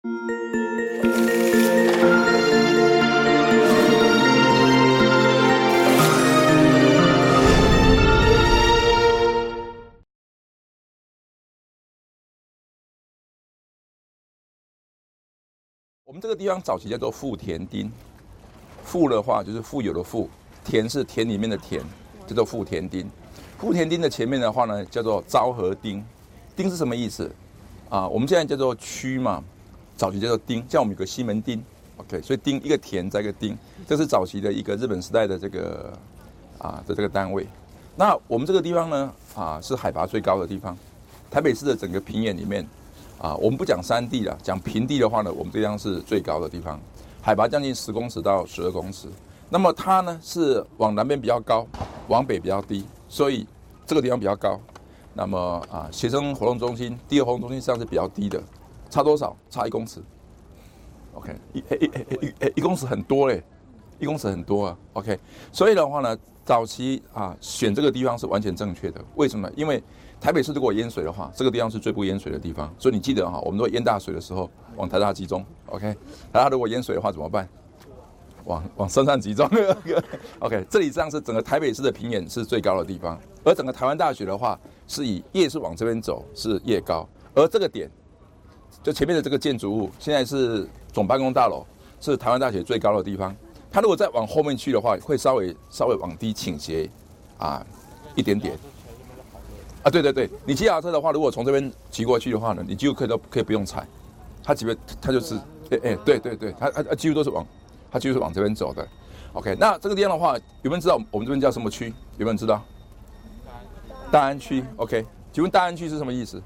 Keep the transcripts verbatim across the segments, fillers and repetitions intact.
我们这个地方早期叫做富田町，富的话就是富有的富，田是田里面的田，叫做富田町。富田町的前面的话呢，叫做昭和町。町是什么意思啊？我们现在叫做区嘛，早期叫做町，像我们有个西门町 ，OK， 所以町一个田再一个町，这是早期的一个日本时代的这个啊的这个单位。那我们这个地方呢啊是海拔最高的地方，台北市的整个平原里面。啊，我们不讲山地了，讲平地的话呢，我们这地方是最高的地方，海拔将近十公尺到十二公尺。那么它呢是往南边比较高，往北比较低，所以这个地方比较高。那么啊，学生活动中心、第二活动中心实际上是比较低的，差多少？差一公尺。OK， 一一一一一公尺很多嘞，一公尺很多啊。OK， 所以的话呢，早期啊选这个地方是完全正确的。为什么？因为台北市如果淹水的话，这个地方是最不淹水的地方，所以你记得哈，我们如果淹大水的时候，往台大集中 ，OK。台大如果淹水的话怎么办？往往山上集中，OK。这里实际上是整个台北市的平原是最高的地方，而整个台湾大学的话是以夜是往这边走，是夜高，而这个点就前面的这个建筑物，现在是总办公大楼，是台湾大学最高的地方。它如果再往后面去的话，会稍微稍微往低倾斜啊一点点。啊，对对对，你骑脚踏车的话，如果从这边骑过去的话呢，你几乎可以都可以不用踩，它几乎它就是，哎哎，对对对，它它它几乎都是往，它几乎是往这边走的。OK， 那这个地方的话，有没有人知道我们这边叫什么区？有没有人知道？大安区。OK， 请问大安区是什么意思？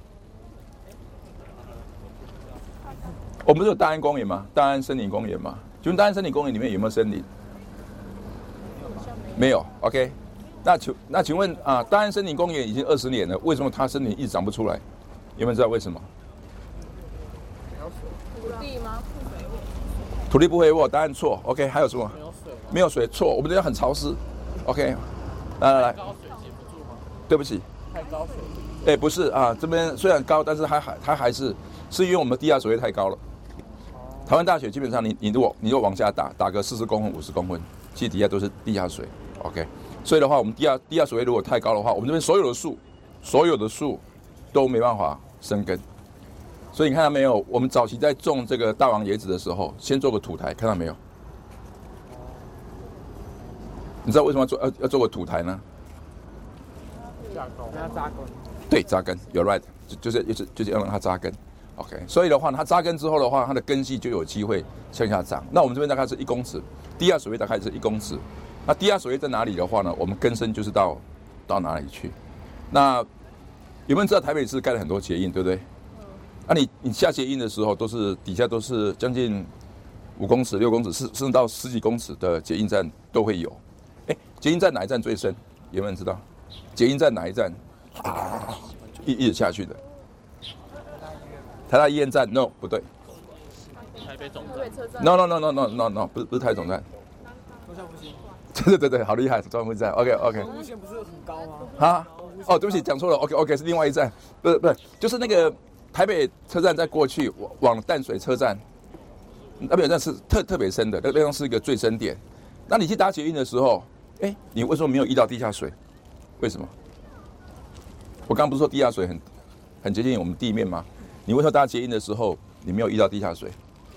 我们不是有大安公园吗？大安森林公园吗？请问大安森林公园里面有没有森林？没有。OK。那请那请问啊，大安森林公园已经二十年了，为什么它森林一直长不出来？有没有人知道为什么？ 土地吗？ 土地不肥沃，答案错。OK， 还有什么？ 没有水。 没有水，错。我们这边很潮湿。OK， 来来来。 高水接不住吗？ 对不起。 太高水。 哎、欸，不是啊，这边虽然高，但是它还它还是是因为我们的地下水位太高了。台湾大学基本上你你如果你如果往下打打个四十公分、五十公分，其实底下都是地下水。OK。所以的话，我们地下地下水位如果太高的话，我们这边所有的树，所有的树都没办法生根。所以你看到没有？我们早期在种这个大王椰子的时候，先做个土台，看到没有？你知道为什么要做要要做个土台呢？ 架构，让它扎根。 对，扎根 ，You're right， 就就是就是就是要让它扎根。OK， 所以的话，它扎根之后的话，它的根系就有机会向下长。那我们这边大概是一公尺，地下水位大概是一公尺。那地下水位在哪里的话呢？我们根深就是到到哪里去？那有没有人知道台北市盖了很多捷运，对不对？那、啊、你你下捷运的时候，都是底下都是将近五公尺、六公尺，甚甚至到十几公尺的捷运站都会有。哎，捷运站哪一站最深？有没有人知道？捷运站哪一站？啊、一一直下去的。台大医院站 ？No， 不对。 台北总站 ？No No No No No No No， 不是不是台北总站。 中校复兴。 对对对，好厉害，中校复兴站。OK OK。 路线不是很高吗？ 啊？哦，对不起，讲错了。OK OK， 是另外一站。不是不是，就是那个台北车站再过去往往淡水车站，那边有站是特特别深的，那地方是一个最深点。那你去搭捷运的时候，哎，你为什么没有遇到地下水？为什么？我刚刚不是说地下水很很接近我们地面吗？你为什么搭捷运的时候你没有遇到地下水？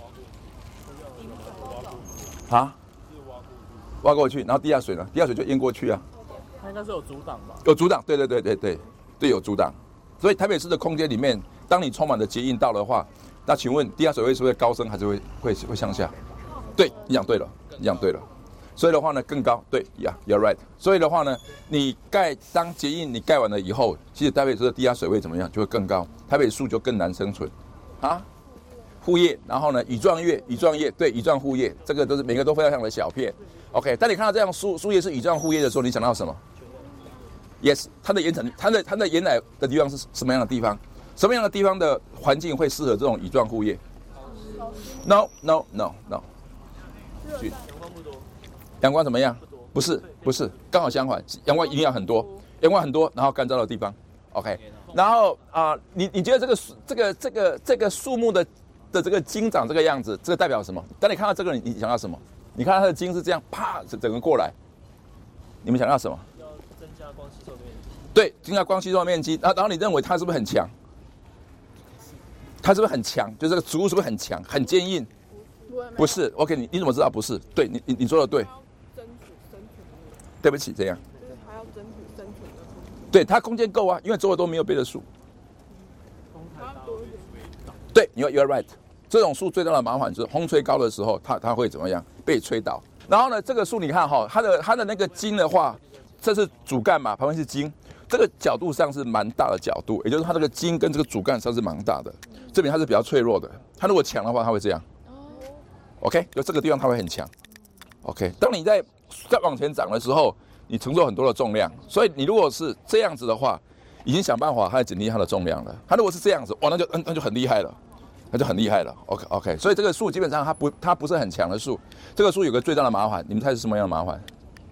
啊？挖过去，然后地下水呢？地下水就淹过去啊。 它应该是有阻挡吧？ 有阻挡，对对对对对对，有阻挡。所以台北市的空间里面，当你充满了捷运道的话，那请问地下水位是会高升还是会会会向下？对，你讲对了，你讲对了。所以的话呢，更高，对呀 ，You're right。所以的话呢，你盖当捷运你盖完了以后，其实台北市的地下水位怎么样，就会更高，台北树就更难生存，啊。护叶，然后呢，羽状叶，羽状叶，对，羽状护叶，这个都是每个都非常像的小片。OK， 当你看到这样树树叶是羽状护叶的时候，你想到什么 ？Yes， 它的延长，它的它的延来的地方是什么样的地方？什么样的地方的环境会适合这种羽状护叶 ？No No No No。阳光不多。 阳光怎么样？不是不是，刚好相反，阳光一定要很多，阳光很多，然后干燥的地方。OK， 然后啊、呃，你你觉得这个这个这个这个树木的的这个茎长这个样子，这个代表什么？当你看到这个人，你想到什么？你看到它的茎是这样，啪，整个过来，你们想到什么？ 要增加光吸收面积。 对，增加光吸收面积。然后，然后你认为它是不是很强？它是不是很强？就这个植物是不是很强、很坚硬？不是。OK， 你你怎么知道不是？对你你你说的对。对不起，这样。 就是还要争取生存的空间。 对，它空间够啊，因为周围都没有别的树。对，你 you're right。这种树最大的麻烦就是风吹高的时候，它它会怎么样？被吹倒。然后呢，这个树你看哈、哦，它的它的那个茎的话，这是主干嘛，旁边是茎，这个角度上是蛮大的角度，也就是它这个茎跟这个主干上是蛮大的。这边它是比较脆弱的，它如果强的话，它会这样。OK， 就这个地方它会很强。OK， 当你在再往前长的时候，你承受很多的重量，所以你如果是这样子的话，已经想办法它减低它的重量了。它如果是这样子，哇，那就那就很厉害了，那就很厉害了。OK OK， 所以这个树基本上它不它不是很强的树。这个树有个最大的麻烦，你们猜是什么样的麻烦？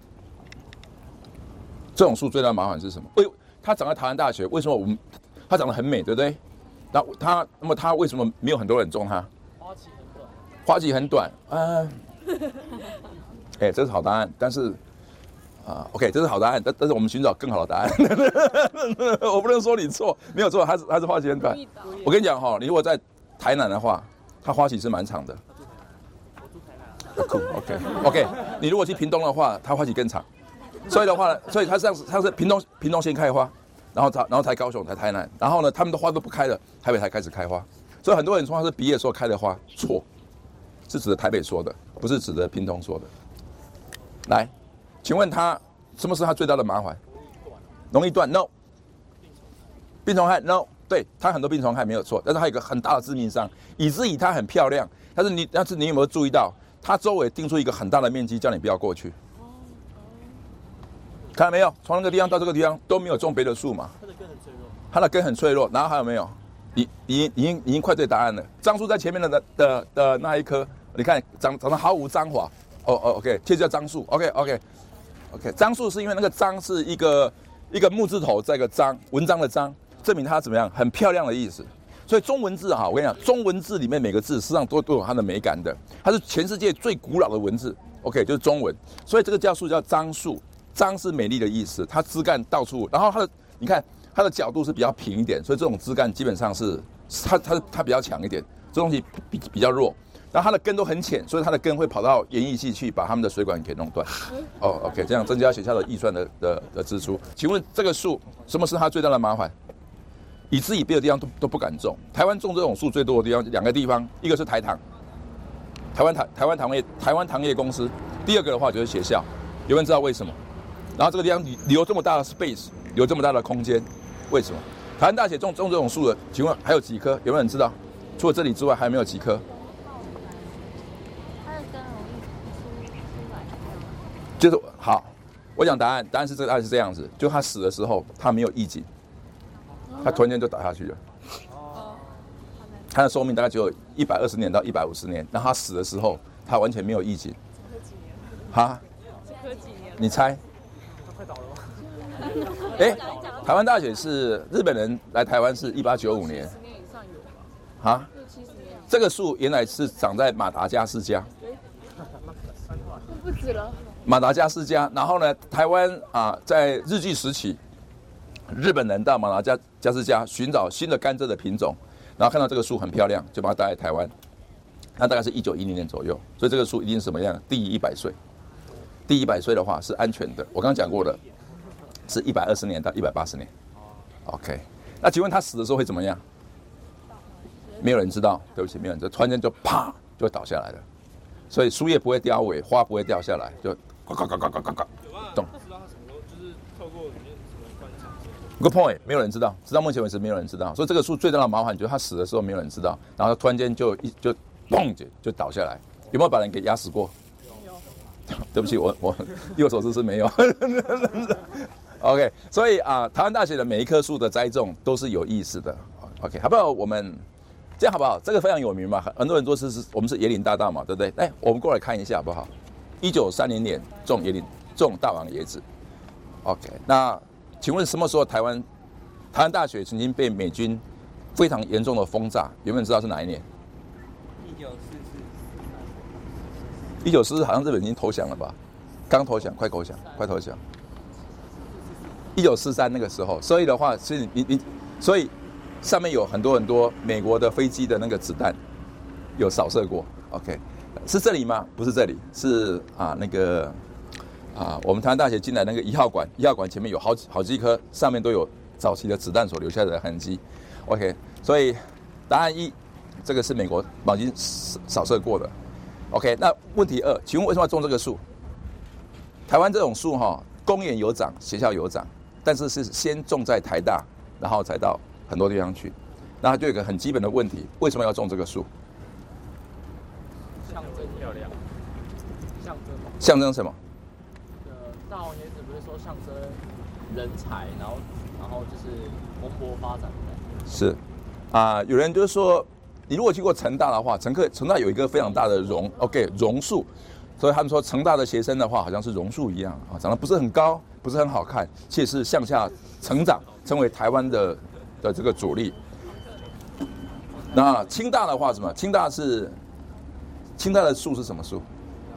这种树最大的麻烦是什么？为它长在台湾大学，为什么我们它长得很美，对不对？那它那么它为什么没有很多人种它？ 花期很短。 花期很短，呃，哎，这是好答案，但是啊、呃、，OK， 这是好答案，但但是我们寻找更好的答案。我不能说你错，没有错，它是它是花期很短。我跟你讲哈、哦，你如果在台南的话，它花期是蛮长的。 我住台南。 酷 ，OK OK， 你如果去屏东的话，它花期更长。所以的话，所以它这样子，它是屏东屏东先开花，然后才然后才高雄才台南，然后呢，他们的花都不开了，台北才开始开花。所以很多人说它是毕业时候开的花，错，是指的台北说的，不是指的屏东说的。来，请问它什么是它最大的麻烦？容易断 ，no。病虫害 ，no。对，它很多病虫害没有错，但是它有一个很大的致命伤，以至于它很漂亮，但是你但是你有没有注意到，它周围定出一个很大的面积，叫你不要过去。看到没有？从那个地方到这个地方都没有种别的树嘛。 它的根很脆弱。 它的根很脆弱，然后还有没有？你你已经已经快对答案了。樟树在前面的的的的那一棵，你看长长得毫无章法。哦哦 ，OK， 贴叫樟树。OK OK OK， 樟树是因为那个樟是一个一个木字头，再一个章，文章的章，证明它怎么样，很漂亮的意思。所以中文字哈，我跟你讲，中文字里面每个字实际上都都有它的美感的，它是全世界最古老的文字。OK， 就是中文，所以这个叫树叫樟树。樟是美丽的意思，它枝干到处，然后它的你看它的角度是比较平一点，所以这种枝干基本上是它它它比较强一点，这东西比比较弱，然后它的根都很浅，所以它的根会跑到盐液系去把它们的水管给弄断。哦 ，OK， 这样增加学校的预算的的的支出。请问这个树什么是它最大的麻烦？以至于别的地方都都不敢种。台湾种这种树最多的地方两个地方，一个是台糖，台湾台台湾糖业台湾糖业公司，第二个的话就是学校。有人知道为什么？然后这个地方留这么大的 space， 留这么大的空间，为什么？台湾大学种种这种树的，请问还有几棵？有没有人知道？除了这里之外，还有没有几棵？ 它的根容易出出来， 就是好，我讲答案，答案是这个答案是这样子，就它死的时候，它没有意境，它突然间就倒下去了。它的寿命大概只有一百二十年到一百五十年，然后它死的时候，它完全没有意境。哈？你猜？ 快倒了吗？ 哎，台湾大学是日本人来台湾是一八九五年， 十年以上有吧？ 啊？ 六七十年。 这个树原来是长在马达加斯加， 不止了。 马达加斯加，然后呢，台湾啊，在日据时期，日本人到马达加加斯加寻找新的甘蔗的品种，然后看到这个树很漂亮，就把它带来台湾。那大概是一九一零年左右，所以这个树一定是什么样？第一百岁。第一百岁的话是安全的，我刚刚讲过的，是一百二十年到一百八十年。OK， 那请问他死的时候会怎么样？没有人知道，对不起，没有人知道，突然间就啪就会倒下来了。所以树叶不会凋萎，花不会掉下来，就呱呱呱呱呱呱呱，懂？ 知道它什么时候就是透过里面什么观察。 Good point， 没有人知道，直到目前为止没有人知道。所以这个树最大的麻烦就是它死的时候没有人知道，然后突然间就一就嘣就就倒下来。有没有把人给压死过？对不起，我我右手姿是没有。OK， 所以啊，台湾大学的每一棵树的栽种都是有意思的。OK， 好不好？我们这样好不好？这个非常有名嘛，很多人说是是我们是椰林大道嘛，对不对？哎，我们过来看一下好不好？一九三零年种椰林，种大王椰子。OK， 那请问什么时候台湾台湾大学曾经被美军非常严重的轰炸？有没有人知道是哪一年？ 一九四四， 一九四四好像日本已经投降了吧？刚投降，快投降，快投降。一九四三那个时候，所以的话是你你，所以上面有很多很多美国的飞机的那个子弹有扫射过。OK， 是这里吗？不是这里，是啊那个啊我们台湾大学进来那个一号馆，一号馆前面有好几好几颗，上面都有早期的子弹所留下的痕迹。OK， 所以答案一，这个是美国已经扫射过的。OK， 那问题二，请问为什么要种这个树？台湾这种树哈，公园有长，学校有长。但是是先种在台大，然后才到很多地方去。那它就有一个很基本的问题：为什么要种这个树？ 象征漂亮，象征象征什么？ 呃，大王椰子不是说象征人才，然后然后就是蓬勃发展的。 是啊、呃，有人就是说，你如果去过成大的话，成科成大有一个非常大的榕 ，OK， 榕树。所以他们说成大的学生的话，好像是榕树一样啊，长得不是很高，不是很好看，却是向下成长，成为台湾的的这个主力。那清大的话，什么？清大是清大的树是什么树？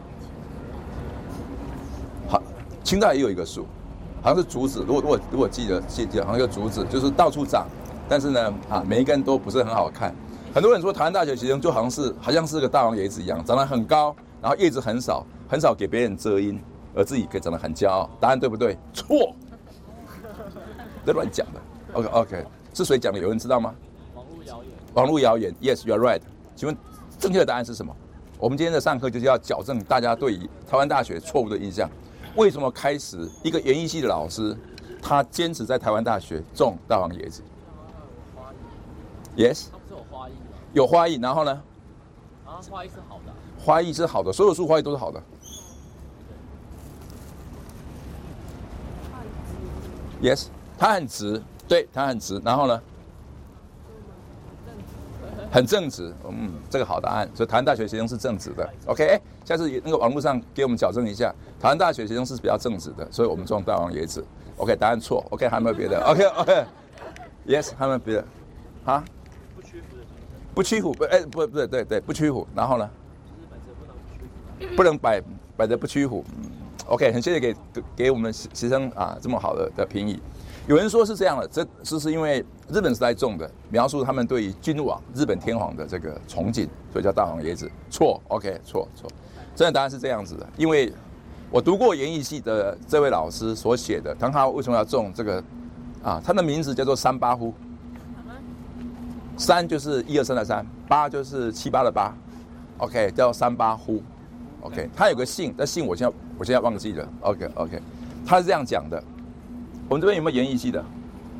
好，清大也有一个树，好像是竹子。如果如果如果记得记得，好像一个竹子，就是到处长，但是呢，啊，每一根都不是很好看。很多人说台湾大学学生就好像是好像是个大王椰子一样，长得很高。然后叶子很少，很少给别人遮阴，而自己可以长得很骄傲。答案对不对？错，这乱讲的。OK OK， 是谁讲的？有人知道吗？ 网络谣言。 网络谣言 ，Yes, you are right。请问正确的答案是什么？我们今天的上课就是要矫正大家对于台湾大学错误的印象。为什么开始一个园艺系的老师，他坚持在台湾大学种大王椰子 ？Yes， 它不是有花艺吗？ 有花艺，然后呢？ 啊，花艺是好的、啊。 花艺是好的，所有树花艺都是好的。Yes， 它很直，对，它很直。然后呢？很正直。嗯，这个好答案。所以台湾大学学生是正直的。OK， 哎，下次那个网络上给我们矫正一下，台湾大学学生是比较正直的，所以我们种大王椰子。OK， 答案错。OK， 还有没有别的 ？OK OK，Yes， 还有没有别的？啊？ 不屈服的精神。 不屈服，不，哎，不，不对，对对，不屈服。然后呢？ 不能摆摆着不屈服。嗯 OK， 很谢谢给给我们学生啊这么好的的评语。有人说是这样的，这这是因为日本时代种的，描述他们对于君王日本天皇的这个崇敬，所以叫大王椰子。错 ，OK， 错错，真的答案是这样子的。因为我读过园艺系的这位老师所写的，唐他为什么要种这个啊？他的名字叫做三八夫，三就是一二三的三，八就是七八的八 ，OK， 叫三八夫。OK， 他有个姓，但姓我现在我现在忘记了。OK OK， 他是这样讲的。我们这边有没有园艺系的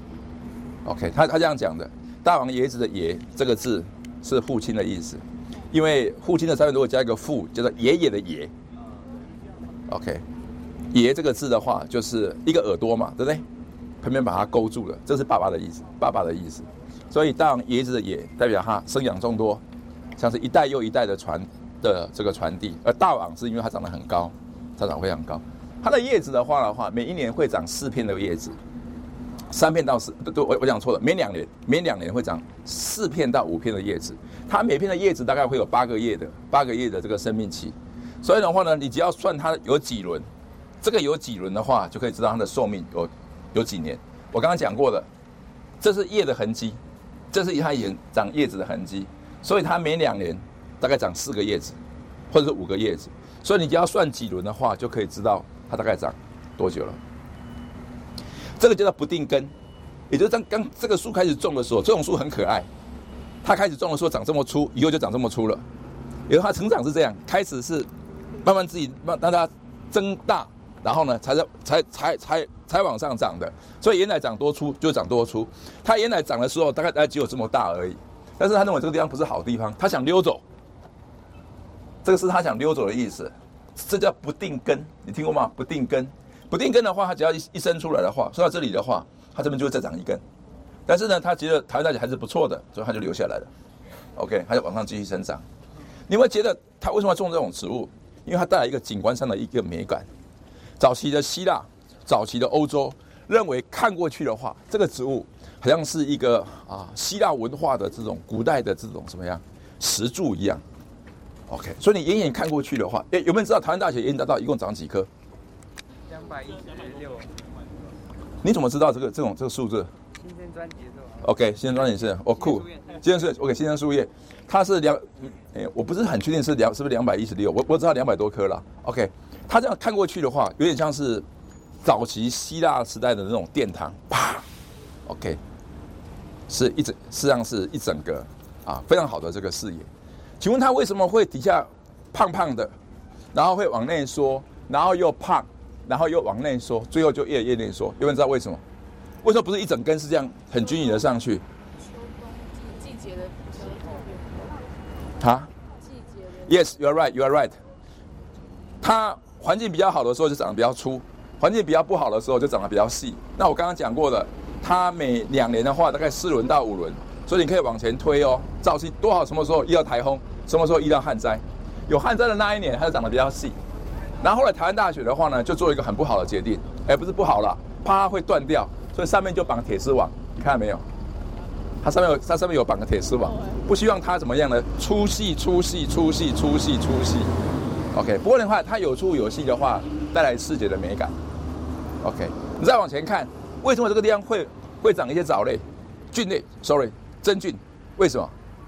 ？OK， 他他这样讲的。大王椰子的椰这个字是父亲的意思，因为父亲的上面如果加一个父，叫做爷爷的爷。OK， 爷这个字的话就是一个耳朵嘛，对不对？旁边把它勾住了，这是爸爸的意思，爸爸的意思。所以大王椰子的椰代表他生养众多，像是一代又一代的传。的这个传递，而大王是因为它长得很高，它长得非常高。它的叶子的话的话，每一年会长四片的叶子，三片到四，对，我我讲错了，每两年每两年会长四片到五片的叶子。它每片的叶子大概会有八个叶的八个叶的这个生命期，所以的话呢，你只要算它有几轮，这个有几轮的话，就可以知道它的寿命有有几年。我刚刚讲过的，这是叶的痕迹，这是它也长叶子的痕迹，所以它每两年。大概长四个叶子，或者是五个叶子，所以你只要算几轮的话，就可以知道它大概长多久了。这个叫做不定根，也就是当刚这个树开始种的时候，这种树很可爱，它开始种的时候长这么粗，以后就长这么粗了。因为它成长是这样，开始是慢慢自己慢让它增大，然后呢才才才才才往上长的。所以原来长多粗就长多粗，它原来长的时候大概大概只有这么大而已。但是他认为这个地方不是好地方，他想溜走。这个是他想溜走的意思，这叫不定根，你听过吗？不定根，不定根的话，他只要一一生出来的话，说到这里的话，他这边就会再长一根。但是呢，他觉得台湾大学还是不错的，所以他就留下来了。OK， 他就往上继续生长。你会觉得他为什么要种这种植物？因为它带来一个景观上的一个美感。早期的希腊、早期的欧洲认为看过去的话，这个植物好像是一个啊希腊文化的这种古代的这种什么样石柱一样。 OK， 所以你远远看过去的话，哎，有没有人知道台湾大学延大道一共长几棵？ 两百一十六。 你怎么知道这个这种这个数字？ 新生专辑是吧 OK， 新生专辑是哦酷，新生是 OK， 新生树叶，它是两，哎，我不是很确定是两是不是两百一十六，我我知道两百多棵了。OK， 它这样看过去的话，有点像是早期希腊时代的那种殿堂，啪 ，OK， 是一整，实际上是一整个啊非常好的这个视野。请问它为什么会底下胖胖的，然后会往内缩，然后又胖，然后又往内缩，最后就越来越内缩？有没有人知道为什么？为什么不是一整根是这样很均匀的上去？ 秋冬季季节的比较特别。 啊季节的。 ？Yes, you are right, you are right。它环境比较好的时候就长得比较粗，环境比较不好的时候就长得比较细。那我刚刚讲过的，它每两年的话大概四轮到五轮，所以你可以往前推哦。早期多好，什么时候遇到台风，什么时候遇到旱灾，有旱灾的那一年它就长得比较细。然后后来台湾大学的话呢，就做一个很不好的决定，哎，不是不好啦，怕它会断掉。所以上面就绑铁丝网，你看到没有？它上面有，它上面有绑个铁丝网，不希望它怎么样呢？粗细、粗细、粗细、粗细、粗细。OK， 不过的话，它有粗有细的话，带来视觉的美感。OK， 你再往前看，为什么这个地方会会长一些藻类、菌类 ？Sorry， 真菌，为什么？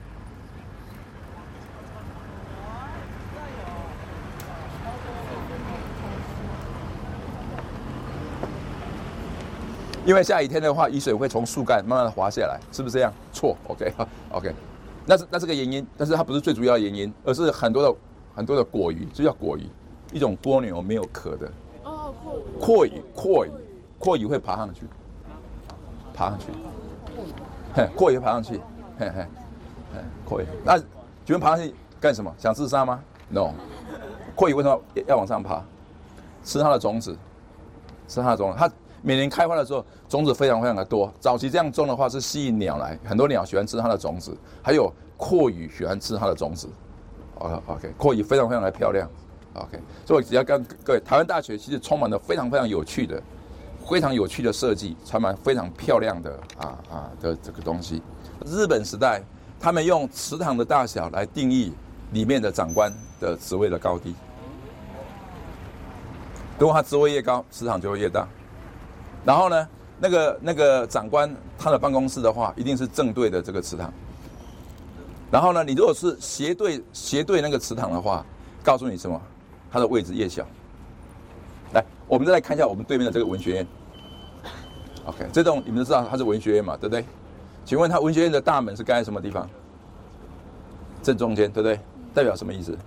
因为下雨天的话，雨水会从树干慢慢的滑下来，是不是这样？错 ，OK，OK，、okay, okay. 那是那是个原因，但是它不是最主要的原因，而是很多的很多的果鱼，这叫果鱼，一种蜗牛没有壳的。 哦， 阔鱼，阔鱼，阔鱼会爬上去，爬上去，嘿，阔鱼爬上去，嘿嘿，嘿，阔鱼。那请问爬上去干什么？想自杀吗 ？No， 阔鱼为什么要往上爬？吃它的种子，吃它的种子，它。每年开花的时候，种子非常非常的多。早期这样种的话，是吸引鸟来，很多鸟喜欢吃它的种子，还有阔鱼喜欢吃它的种子。OK， 阔鱼非常非常的漂亮。OK， 所以我只要跟各位，台湾大学其实充满了非常非常有趣的、非常有趣的设计，充满非常漂亮的啊啊的这个东西。日本时代，他们用池塘的大小来定义里面的长官的职位的高低。如果他职位越高，池塘就会越大。然后呢，那个那个长官他的办公室的话，一定是正对的这个池塘。然后呢，你如果是斜对斜对那个池塘的话，告诉你什么？它的位置越小。来，我们再来看一下我们对面的这个文学院。OK， 这栋你们都知道它是文学院嘛，对不对？请问它文学院的大门是盖在什么地方？正中间，对不对？代表什么意思？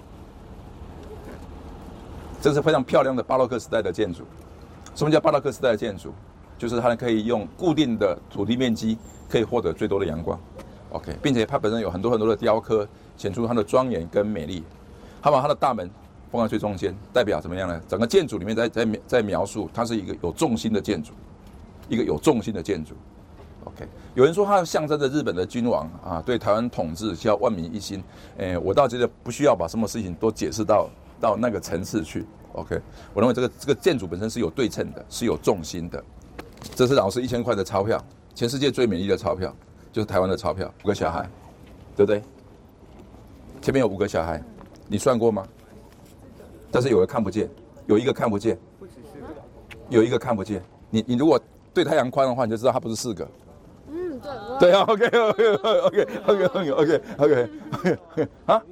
这是非常漂亮的巴洛克时代的建筑。什么叫巴洛克时代的建筑？就是它可以用固定的土地面积，可以获得最多的阳光。OK， 并且它本身有很多很多的雕刻，显出它的庄严跟美丽。它把它的大门放在最中间，代表怎么样呢？整个建筑里面在在在描述它是一个有重心的建筑，一个有重心的建筑。OK， 有人说它象征着日本的君王啊，对台湾统治需要万民一心。诶，我倒觉得不需要把什么事情都解释到到那个层次去。OK， 我认为这个这个建筑本身是有对称的，是有重心的。这是老师一千块的钞票，全世界最美丽的钞票，就是台湾的钞票，五个小孩，对不对？前面有五个小孩，你算过吗？但是有个看不见，有一个看不见，有一个看不见。你你如果对太阳宽的话，你就知道它不是四个。 嗯，对。 对啊 ，OK OK OK OK OK OK OK OK 啊。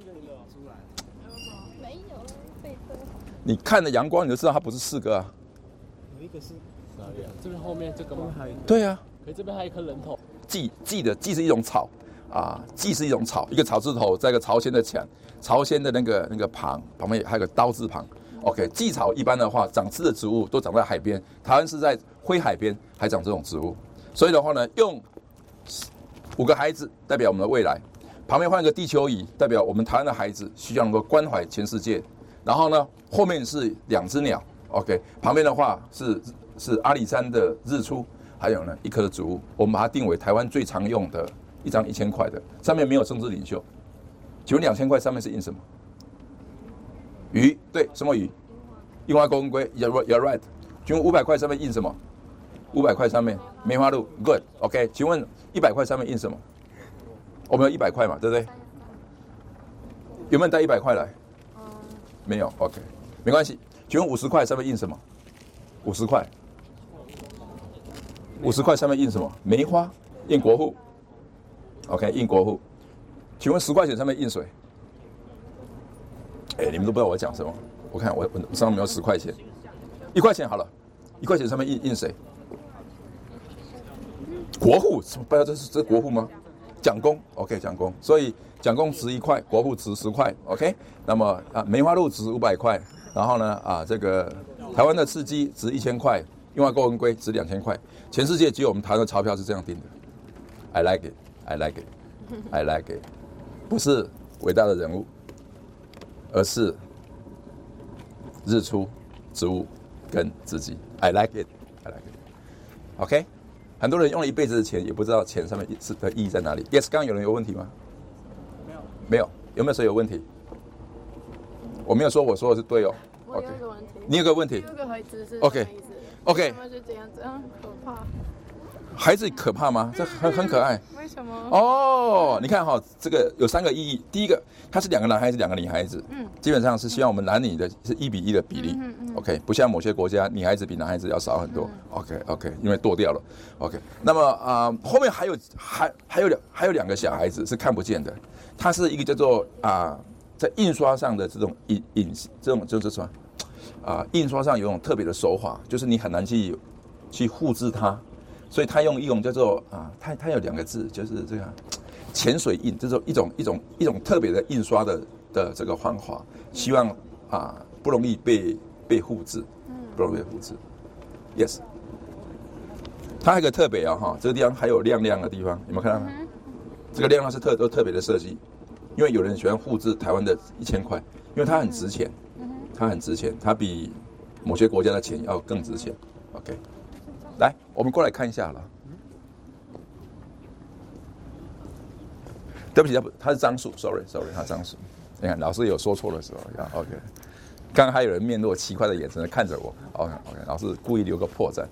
你看的阳光，你就知道它不是四个啊。 有一个是哪里啊？这边后面这个吗？ 对啊。 可是这边还有一颗人头。 蓟，蓟的蓟是一种草啊，蓟是一种草，一个草字头，在一个朝鲜的墙，朝鲜的那个那个旁旁边还有个刀字旁。OK， 蓟草一般的话，长刺的植物都长在海边，台湾是在灰海边还长这种植物，所以的话呢，用五个孩子代表我们的未来，旁边换一个地球仪，代表我们台湾的孩子需要能够关怀全世界。然后呢，后面是两只鸟 ，OK， 旁边的话是是阿里山的日出，还有呢一棵植物，我们把它定为台湾最常用的一张一千块的，上面没有政治领袖。请问两千块上面是印什么？鱼，对，什么鱼？樱花公龟 ，You're you're right。请问五百块上面印什么？五百块上面梅花鹿 ，Good，OK。请问一百块上面印什么？我们有一百块嘛，对不对？ 有没有带一百块来？ 嗯， 没有 ，OK， 没关系。请问五十块上面印什么？五十块，五十块上面印什么？梅花，印国户。OK， 印国户。请问十块钱上面印谁？哎，你们都不知道我讲什么。我看我我上面没有十块钱，一块钱好了，一块钱上面印印谁？国户，什么？不知道这是这是国户吗？蒋公 ，OK， 蒋公。所以蒋公值一块，国户值十块 ，OK。那么啊，梅花鹿值五百块，然后呢啊，这个台湾的刺鸡值一千块，另外郭文贵值两千块。全世界只有我们台湾的钞票是这样定的。I like it, I like it, I like it。不是伟大的人物，而是日出、植物跟自己。I like it, I like it。OK。很多人用了一辈子的钱，也不知道钱上面是的意义在哪里。Yes， 刚刚有人有问题吗？ 没有， 没有。有没有谁有问题？我没有说我说的是对哦。 我有一个问题。 你有个问题？ 第二个孩子是 OK OK。 为什么是这样子？很可怕。 孩子可怕吗？这很很可爱。 为什么？ 哦，你看哈、哦，这个有三个意义。第一个，它是两个男孩子，两个女孩子。嗯。基本上是希望我们男女的是一比一的比例。嗯嗯。OK， 不像某些国家，女孩子比男孩子要少很多。嗯、OK OK， 因为剁掉了。OK， 那么啊、呃，后面还有还还有两还有两个小孩子是看不见的，它是一个叫做啊、呃，在印刷上的这种印印这种就是说啊、呃，印刷上有一种特别的手法，就是你很难去去复制它。所以他用一种叫做啊，他他有两个字，就是这个潜水印，这种一种一种一种特别的印刷的的这个方法，希望啊不容易被被复制，不容易被复制。Yes， 它还有一个特别啊哈，这个地方还有亮亮的地方，有没有看到吗？这个亮亮是特都特别的设计，因为有人喜欢复制台湾的一千块，因为它很值钱，它很值钱，它比某些国家的钱要更值钱。OK。来，我们过来看一下了。对不起，他是樟树 ，sorry sorry， 他是樟树。你看，老师有说错的时候，OK。刚刚还有人面露奇怪的眼神看着我 ，OK OK， 老师故意留个破绽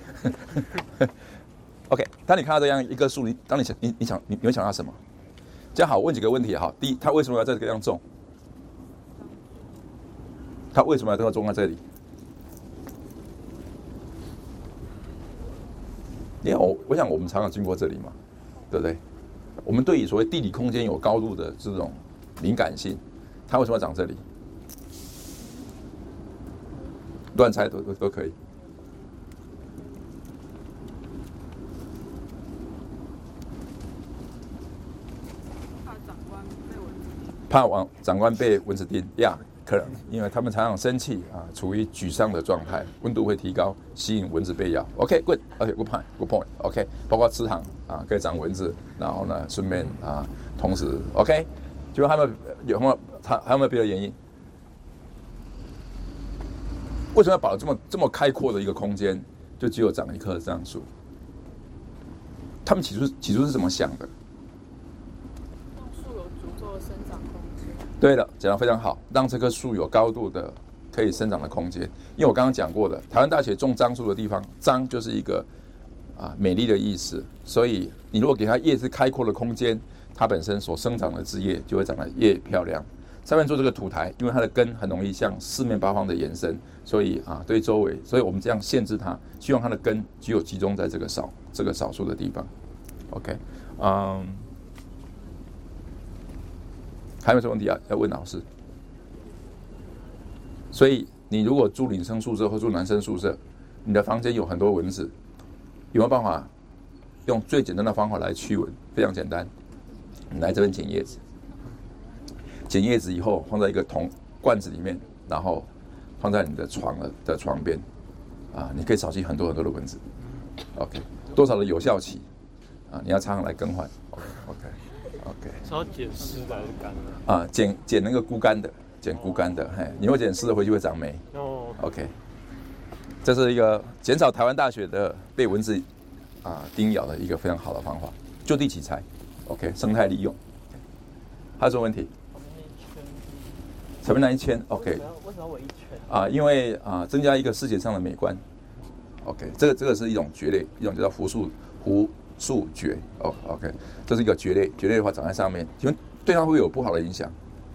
，OK。OK， 当你看到这样一棵树，你当你想你你想你你会想到什么？这样好，问几个问题哈。第一，它为什么要在这个地方种？它为什么要这样种在这里？因为我我想我们常常经过这里嘛，对不对？我们对于所谓地理空间有高度的这种敏感性，它为什么要长这里？乱猜都都都可以。 怕长官被蚊子。 怕王长官被蚊子叮呀。Yeah, 可能，因为他们常常生气啊，处于沮丧的状态，温度会提高，吸引蚊子被咬。OK，good，OK，good point，good point，OK， 包括池塘啊，可以长蚊子，然后呢，顺便啊，同时 OK， 就还有没有有没有他还有没有别的原因？为什么要保这么这么开阔的一个空间，就只有长一棵樟树？他们起初起初是怎么想的？ 树有足够的生长空间。 对了，讲得非常好，让这棵树有高度的可以生长的空间。因为我刚刚讲过的，台湾大学种樟树的地方，樟就是一个啊美丽的意思，所以你如果给它叶子开阔的空间，它本身所生长的枝叶就会长得越漂亮。上面做这个土台，因为它的根很容易向四面八方的延伸，所以啊对周围，所以我们这样限制它，希望它的根只有集中在这个少这个少数的地方。OK， 嗯。还有什么问题要要问老师？所以你如果住女生宿舍或住男生宿舍，你的房间有很多蚊子，有没有办法用最简单的方法来驱蚊？非常简单，你来这边捡叶子，捡叶子以后放在一个铜罐子里面，然后放在你的床的的床边，啊，你可以扫去很多很多的蚊子。OK， 多少的有效期啊？你要常常来更换。OK OK。OK， 是要捡湿的还是干的？ 啊，捡捡那个枯干的，捡枯干的，嘿，你会捡湿的回去会长霉。 哦 ，OK， 这是一个减少台湾大学的被蚊子啊叮咬的一个非常好的方法，就地取材 ，OK， 生态利用。还有什么问题？前面那一圈 ，OK。 为什么围一圈？ 啊，因为啊增加一个视觉上的美观。OK， 这个这个是一种蕨类，一种叫做胡树胡。树蕨哦 ，OK， 这是一个蕨类，蕨类的话长在上面，请问对它会有不好的影响？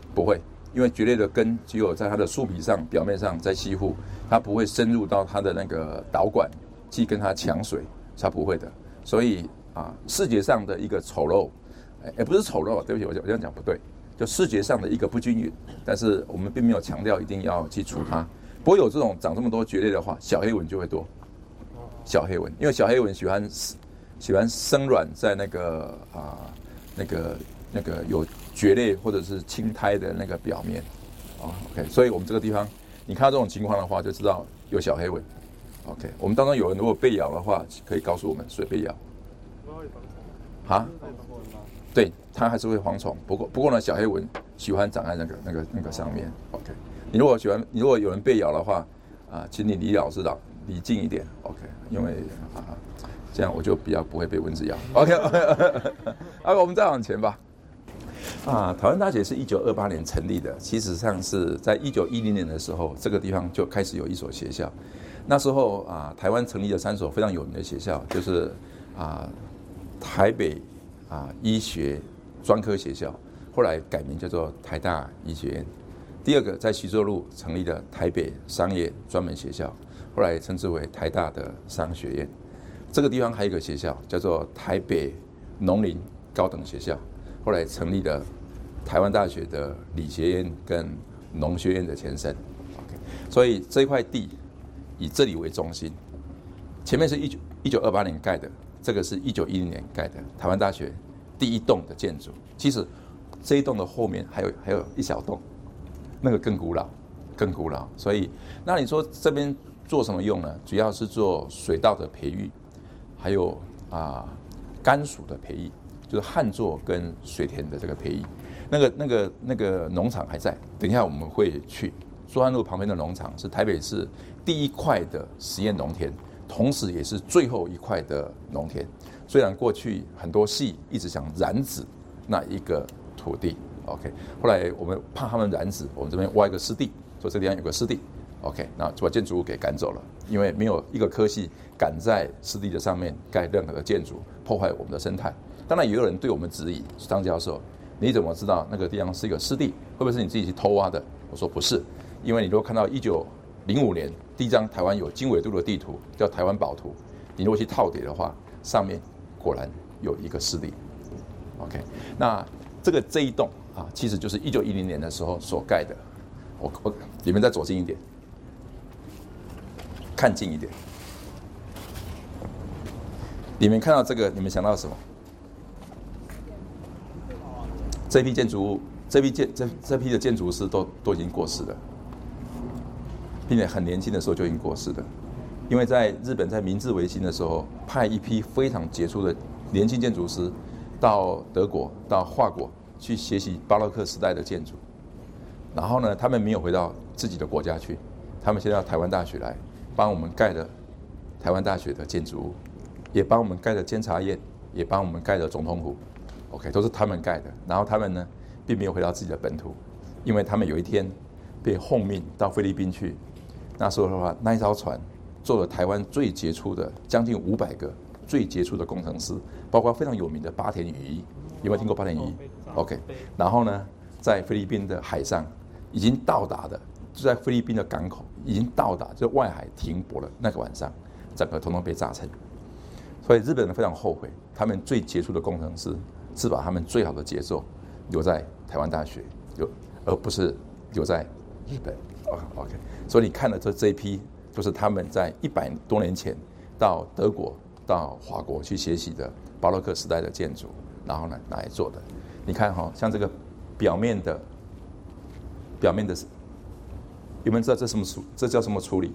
不会，因为蕨类的根只有在它的树皮上、表面上在吸附，它不会深入到它的那个导管去跟它抢水，它不会的。所以啊，视觉上的一个丑陋，哎、欸，不是丑陋，对不起，我我这样讲不对，就视觉上的一个不均匀。但是我们并没有强调一定要去除它。不过有这种长这么多蕨类的话，小黑蚊就会多。小黑蚊，因为小黑蚊喜欢喜欢生卵在那个啊那个那个有蕨类或者是青苔的那个表面，啊 ，OK， 所以我们这个地方你看到这种情况的话，就知道有小黑蚊。OK， 我们当中有人如果被咬的话，可以告诉我们谁被咬。啊？对，它还是会蝗虫，不过不过呢，小黑蚊喜欢长在那个那个那个上面。OK， 你如果喜欢，你如果有人被咬的话，啊，请你离老师老离近一点。OK， 因为啊，这样我就比较不会被蚊子咬。OK， 啊，我们再往前吧。啊，台湾大学是一九二八年成立的，其实上是在一九一零年的时候，这个地方就开始有一所学校。那时候啊，台湾成立了三所非常有名的学校，就是啊，台北啊医学专科学校，后来改名叫做台大医学院。第二个在徐州路成立的台北商业专门学校，后来称之为台大的商学院。这个地方还有一个学校叫做台北农林高等学校，后来成立了台湾大学的理学院跟农学院的前身。Okay， 所以这块地以这里为中心，前面是一九一九二八年盖的，这个是一九一零年盖的台湾大学第一栋的建筑。其实这一栋的后面还有还有一小栋，那个更古老，更古老。所以那你说这边做什么用呢？主要是做水稻的培育，还有啊甘薯的培育，就是旱作跟水田的这个培育。那个那个那个农场还在，等一下我们会去。苏汉路旁边的农场是台北市第一块的实验农田，同时也是最后一块的农田。虽然过去很多系一直想染指那一个土地 ，OK， 后来我们怕他们染指，我们这边挖一个湿地，所以这地方有个湿地 ，OK， 那就把建筑物给赶走了，因为没有一个科系敢在湿地的上面盖任何的建筑，破坏我们的生态。当然也有人对我们质疑，张教授，你怎么知道那个地方是一个湿地？会不会是你自己去偷挖的？我说不是。因为你如果看到一九零五年第一张台湾有经纬度的地图，叫台湾宝图，你如果去套叠的话，上面果然有一个湿地。OK， 那这个这一栋啊，其实就是一九一零年的时候所盖的。我我你们再走近一点，看近一点，你们看到这个，你们想到什么？这批建筑物，这批建这这批的建筑师都都已经过世了。并且很年轻的时候就已经过世了，因为在日本在明治维新的时候，派一批非常杰出的年轻建筑师到德国、到法国去学习巴洛克时代的建筑。然后呢，他们没有回到自己的国家去，他们先到台湾大学来帮我们盖了台湾大学的建筑物，也帮我们盖了监察院，也帮我们盖了总统府。OK， 都是他们盖的。然后他们呢，并没有回到自己的本土，因为他们有一天被奉命到菲律宾去。那时候的话，那一艘船做了台湾最杰出的将近五百个最杰出的工程师，包括非常有名的八田羽衣，有没有听过八田羽衣 ？OK， 然后呢，在菲律宾的海上已经到达的，就在菲律宾的港口已经到达，就外海停泊了。那个晚上，整个统统被炸沉。所以日本人非常后悔，他们最杰出的工程师是把他们最好的杰作留在台湾大学，有而不是留在日本。OK， 所以你看了这这一批，就是他们在一百多年前到德国、到法国去学习的巴洛克时代的建筑，然后呢拿来做的。你看哈、哦，像这个表面的表面的，有没有知道这什么处？这叫什么处理？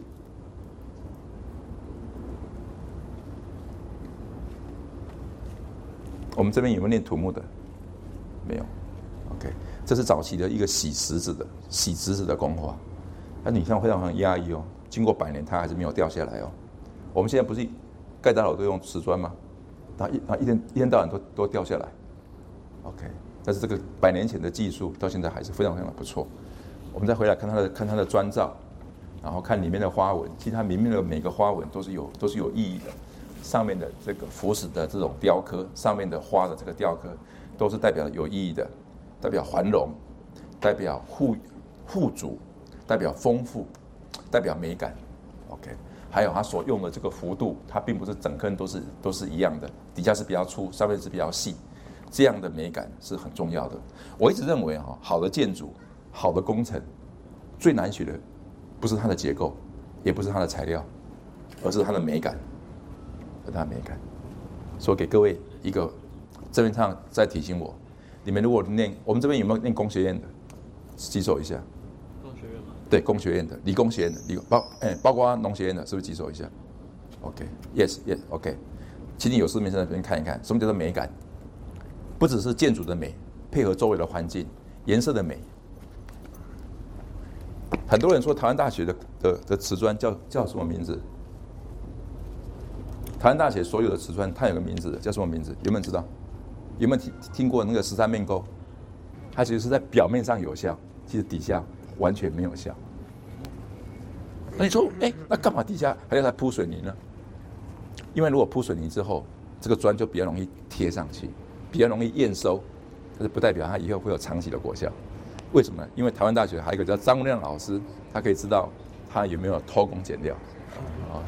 我们这边有没有念土木的？没有。OK， 这是早期的一个洗石子的洗石子的工法。那你像非常非常压抑哦，经过百年它还是没有掉下来哦。我们现在不是盖大楼都用瓷砖吗？它一它一天一天到晚都都掉下来。OK， 但是这个百年前的技术到现在还是非常非常的不错。我们再回来看它的看它的砖造，然后看里面的花纹，其实它里面的每个花纹都是有都是有意义的。上面的这个佛石的这种雕刻，上面的花的这个雕刻，都是代表有意义的，代表繁荣， 代表富富足，代表丰富，代表美感。OK， 还有它所用的这个幅度，它并不是整根都是都是一样的，底下是比较粗，上面是比较细，这样的美感是很重要的。我一直认为哈，好的建筑、好的工程，最难学的不是它的结构，也不是它的材料，而是它的美感，而它的美感。所以给各位一个，这边上在提醒我，你们如果念，我们这边有没有念工学院的？举手一下。 工学院吗？ 对，工学院的、理工学院的、理工包哎，包括农学院的，是不是举手一下 ？OK，Yes，Yes，OK、yes, yes, 请你有事没事在这边看一看，什么叫做美感？不只是建筑的美，配合周围的环境、颜色的美。很多人说台湾大学的的的瓷砖叫叫什么名字？台湾大学所有的瓷砖，它有个名字的，叫什么名字？有没有人知道？有没有听听过那个十三面沟？它其实是在表面上有效，其实底下完全没有效。那你说，哎，那干嘛底下还要再铺水泥呢？因为如果铺水泥之后，这个砖就比较容易贴上去，比较容易验收，但是不代表它以后会有长期的果效。为什么呢？因为台湾大学还有一个叫张文亮老师，他可以知道他有没有偷工减料。OK。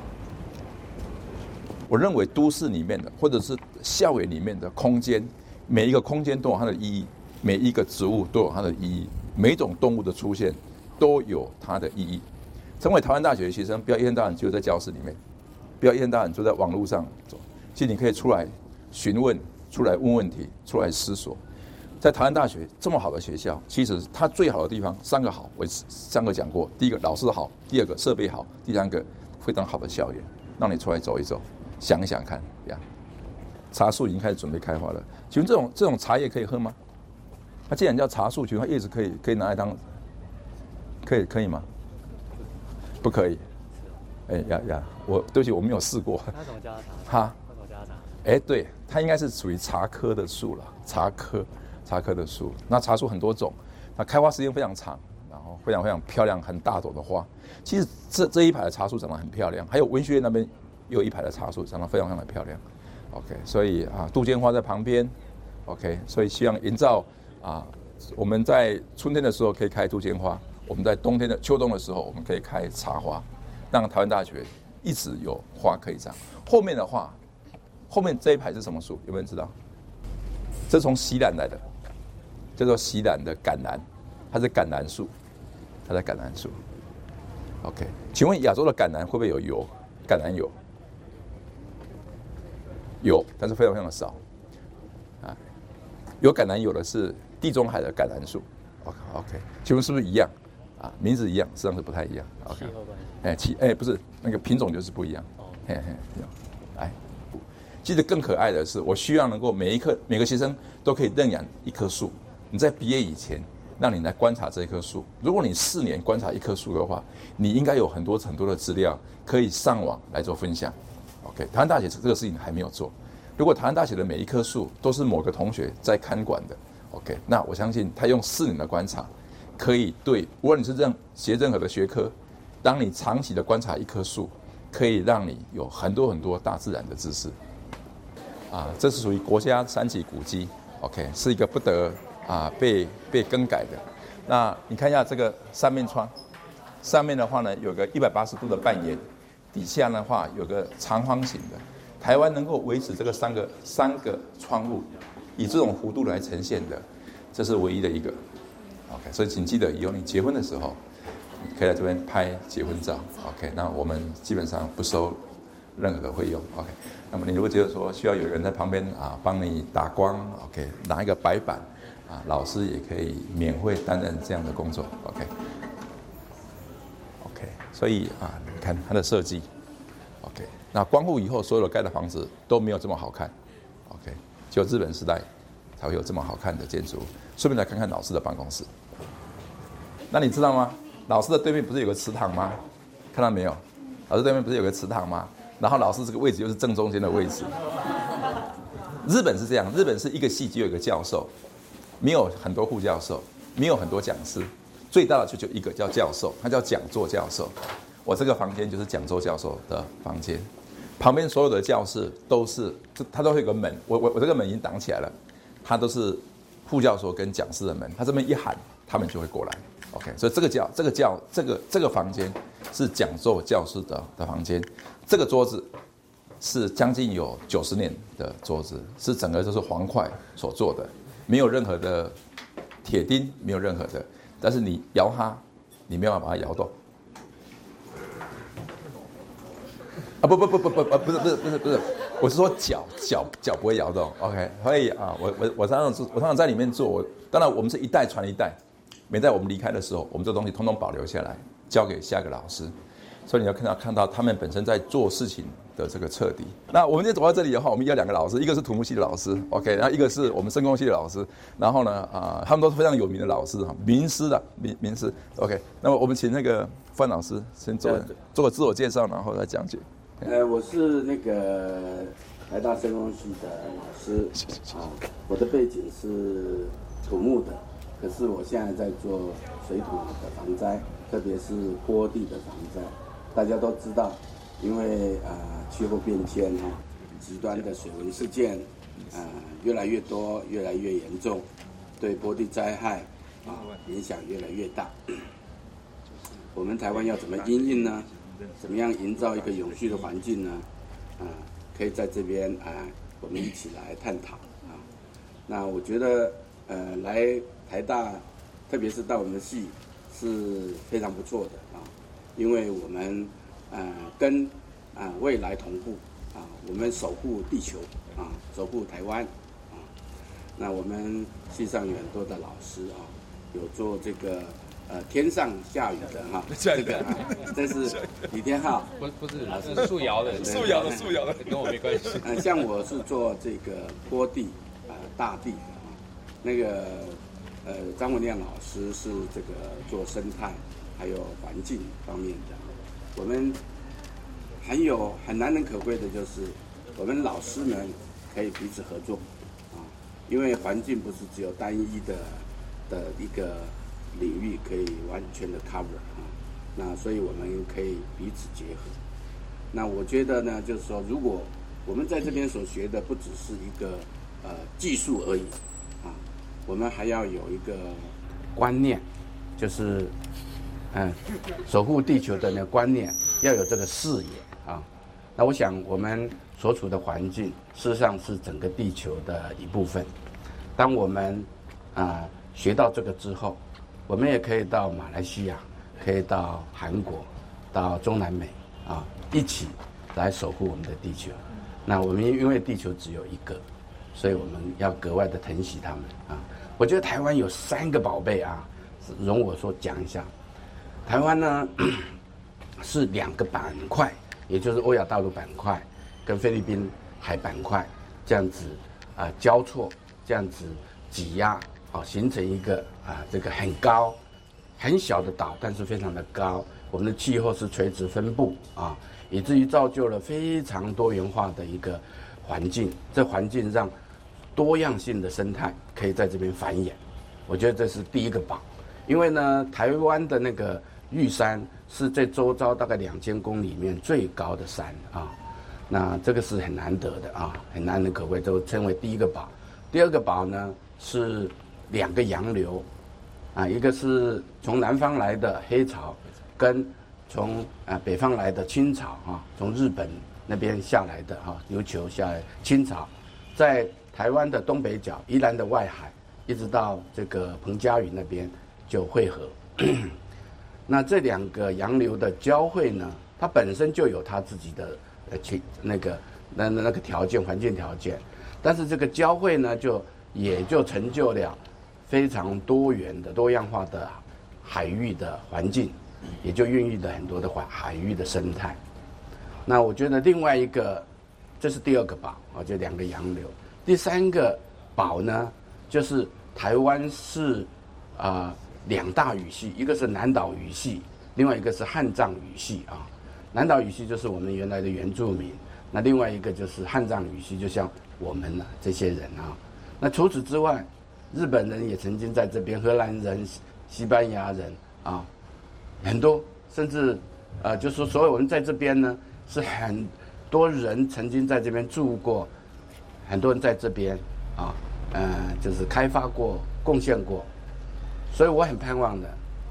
我认为都市里面的，或者是校园里面的空间，每一个空间都有它的意义，每一个植物都有它的意义，每一种动物的出现都有它的意义。成为台湾大学的学生，不要一天到晚就在教室里面，不要一天到晚就在网络上走。其实你可以出来询问，出来问问题，出来思索。在台湾大学这么好的学校，其实它最好的地方三个好，我三个讲过：第一个老师好，第二个设备好，第三个非常好的校园，让你出来走一走。想一想看，这样，茶树已经开始准备开花了。请问这种这种茶叶可以喝吗？它既然叫茶树，请问它叶子可以可以拿来当，可以可以吗？不可以。哎呀呀，我对不起，我没有试过。 它怎么叫它茶？ 哈？ 它怎么叫它茶？ 哎，对，它应该是属于茶科的树了，茶科茶科的树。那茶树很多种，那开花时间非常长，然后非常非常漂亮，很大朵的花。其实这这一排的茶树长得很漂亮，还有文学院那边。有一排的茶树长得非常非常的漂亮 ，OK， 所以啊，杜鹃花在旁边 ，OK， 所以希望营造啊，我们在春天的时候可以开杜鹃花，我们在冬天的秋冬的时候我们可以开茶花，让台湾大学一直有花可以长。后面的话，后面这一排是什么树？有没有人知道？这是从西兰来的，叫做西兰的橄榄，它是橄榄树，它是橄榄树 ，OK， 请问亚洲的橄榄会不会有油？橄榄油？有，但是非常非常的少，啊，有橄榄油的是地中海的橄榄树 ，OK OK， 请问是不是一样？啊，名字一样，实际上是不太一样 ，OK， 气候关系， 哎，气哎不是那个品种就是不一样，哦，嘿嘿，哎，记得更可爱的是，我希望能够每一棵每个学生都可以认养一棵树，你在毕业以前，让你来观察这棵树。如果你四年观察一棵树的话，你应该有很多很多的资料可以上网来做分享。OK， 台湾大学这个事情还没有做。如果台湾大学的每一棵树都是某个同学在看管的 ，OK， 那我相信他用四年的观察，可以对无论你是任学任何的学科，当你长期的观察一棵树，可以让你有很多很多大自然的知识。啊，这是属于国家三级古迹 ，OK， 是一个不得啊被被更改的。那你看一下这个三面窗，上面的话呢有个一百八十度的半圆。底下的话有个长方形的，台湾能够维持这个三个三个窗户，以这种弧度来呈现的，这是唯一的一个。OK， 所以请记得以后你结婚的时候，可以在这边拍结婚照。OK， 那我们基本上不收任何的费用。OK， 那么你如果觉得说需要有人在旁边啊帮你打光 ，OK， 拿一个白板啊，老师也可以免费担任这样的工作。OK。OK， 所以啊，你看它的设计 ，OK， 那光复以后所有的盖的房子都没有这么好看 ，OK， 只有日本时代才会有这么好看的建筑。顺便来看看老师的办公室，那你知道吗？老师的对面不是有个祠堂吗？看到没有？老师对面不是有个祠堂吗？然后老师这个位置又是正中间的位置。日本是这样，日本是一个系只有一个教授，没有很多副教授，没有很多讲师。最大的就就一个叫教授，他叫讲座教授。我这个房间就是讲座教授的房间，旁边所有的教室都是，它都会有个门。我我我这个门已经挡起来了，它都是副教授跟讲师的门。他这边一喊， 他们就会过来。OK， 所以这个教这个教这个这个房间是讲座教室的的房间，这个桌子是将近有九十年的桌子，是整个都是黄块所做的，没有任何的铁钉，没有任何的，但是你摇它，你没有办法把它摇动。啊不不不不不不不是不是不是不是，我是说脚脚脚不会摇动。OK， 所以啊，我我我常常我常常在里面做，我当然我们是一代传一代。每在我们离开的时候，我们这东西通通保留下来，交给下一个老师。所以你要看到看到他们本身在做事情的这个彻底。那我们今天走到这里的话，我们有两个老师，一个是土木系的老师 ，OK， 然后一个是我们声工系的老师。然后呢，啊、呃，他们都是非常有名的老师哈，名师的名名师 ，OK。那么我们请那个范老师先做做个自我介绍，然后来讲解。 呃，我是那个台大声工系的老师啊，我的背景是土木的。可是我现在在做水土的防灾，特别是坡地的防灾。大家都知道，因为啊、呃、气候变迁哈、哦，极端的水文事件啊、呃、越来越多，越来越严重，对坡地灾害啊影响越来越大。我们台湾要怎么因应呢？怎么样营造一个永续的环境呢？啊、呃，可以在这边啊、呃，我们一起来探讨啊。那我觉得呃来。台大，特别是到我们的系是非常不错的啊，因为我们呃跟啊、呃、未来同步啊，我们守护地球啊，守护台湾啊。那我们系上有很多的老师啊，有做这个呃天上下雨的哈、啊，这个啊，这是李天浩， 不不是老师素瑶的， 素瑶的素瑶的， 跟我没关系。 呃，像我是做这个坡地啊、呃、大地啊，那个。呃，张文亮老师是这个做生态还有环境方面的。我们很有很难能可贵的就是，我们老师们可以彼此合作啊，因为环境不是只有单一的的一个领域可以完全的 cover 啊，那所以我们可以彼此结合。那我觉得呢，就是说，如果我们在这边所学的不只是一个呃技术而已。我们还要有一个观念，就是，嗯，守护地球的那个观念，要有这个视野啊。那我想，我们所处的环境，事实上是整个地球的一部分。当我们啊、呃、学到这个之后，我们也可以到马来西亚，可以到韩国，到中南美啊，一起来守护我们的地球。那我们因为地球只有一个。所以我们要格外的疼惜他们啊！我觉得台湾有三个宝贝啊，容我说讲一下。台湾呢是两个板块，也就是欧亚大陆板块跟菲律宾海板块这样子啊、呃、交错，这样子挤压，好、啊、形成一个啊这个很高很小的岛，但是非常的高。我们的气候是垂直分布啊，以至于造就了非常多元化的一个环境。这环境让多样性的生态可以在这边繁衍，我觉得这是第一个宝。因为呢，台湾的那个玉山是在周遭大概两千公里里面最高的山啊，那这个是很难得的啊，很难能可贵，都称为第一个宝。第二个宝呢是两个洋流啊，一个是从南方来的黑潮，跟从啊北方来的青潮啊，从日本那边下来的哈、啊、琉球下来青潮，在台湾的东北角，宜兰的外海，一直到这个彭佳屿那边就汇合。那这两个洋流的交汇呢，它本身就有它自己的呃其那个那那个条件环境条件，但是这个交汇呢，就也就成就了非常多元的多样化的海域的环境，也就孕育了很多的海海域的生态。那我觉得另外一个，这是第二个宝啊，就两个洋流。第三个宝呢，就是台湾是啊、呃、两大语系，一个是南岛语系，另外一个是汉藏语系啊。南岛语系就是我们原来的原住民，那另外一个就是汉藏语系，就像我们呢、啊、这些人啊。那除此之外，日本人也曾经在这边，荷兰人、西班牙人啊，很多，甚至呃，就说所有我们在这边呢，是很多人曾经在这边住过。很多人在这边啊，呃，就是开发过、贡献过， 所以我很盼望的，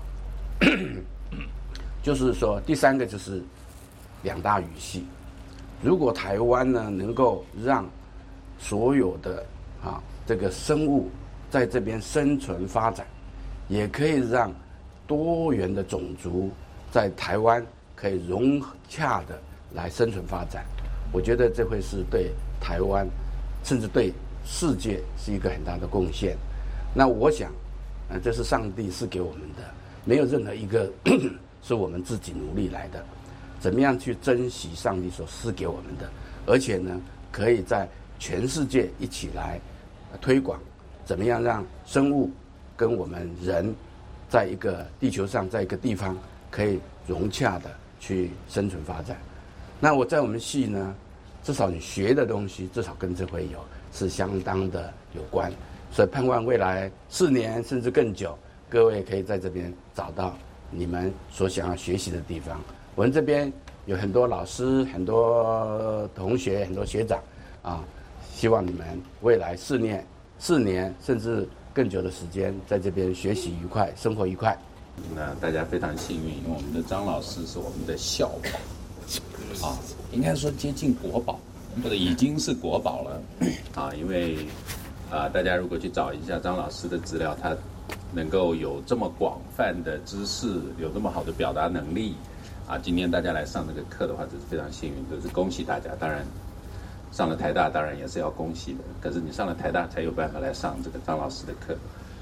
就是说第三个就是两大语系。如果台湾呢能够让所有的啊这个生物在这边生存发展，也可以让多元的种族在台湾可以融洽的来生存发展，我觉得这会是对台湾，甚至对世界是一个很大的贡献。那我想，呃，这是上帝赐给我们的，没有任何一个是我们自己努力来的。怎么样去珍惜上帝所赐给我们的，而且呢，可以在全世界一起来推广，怎么样让生物跟我们人在一个地球上，在一个地方可以融洽的去生存发展。那我在我们系呢，至少你学的东西，至少跟这会有是相当的有关，所以盼望未来四年甚至更久，各位可以在这边找到你们所想要学习的地方。我们这边有很多老师、很多同学、很多学长啊，希望你们未来四年、四年甚至更久的时间，在这边学习愉快，生活愉快。 那大家非常幸运，因为我们的张老师是我们的校宝啊，应该说接近国宝，或者已经是国宝了啊。因为啊，大家如果去找一下张老师的资料，他能够有这么广泛的知识，有这么好的表达能力啊。今天大家来上这个课的话，这是非常幸运，这是恭喜大家。当然，上了台大当然也是要恭喜的，可是你上了台大才有办法来上这个张老师的课。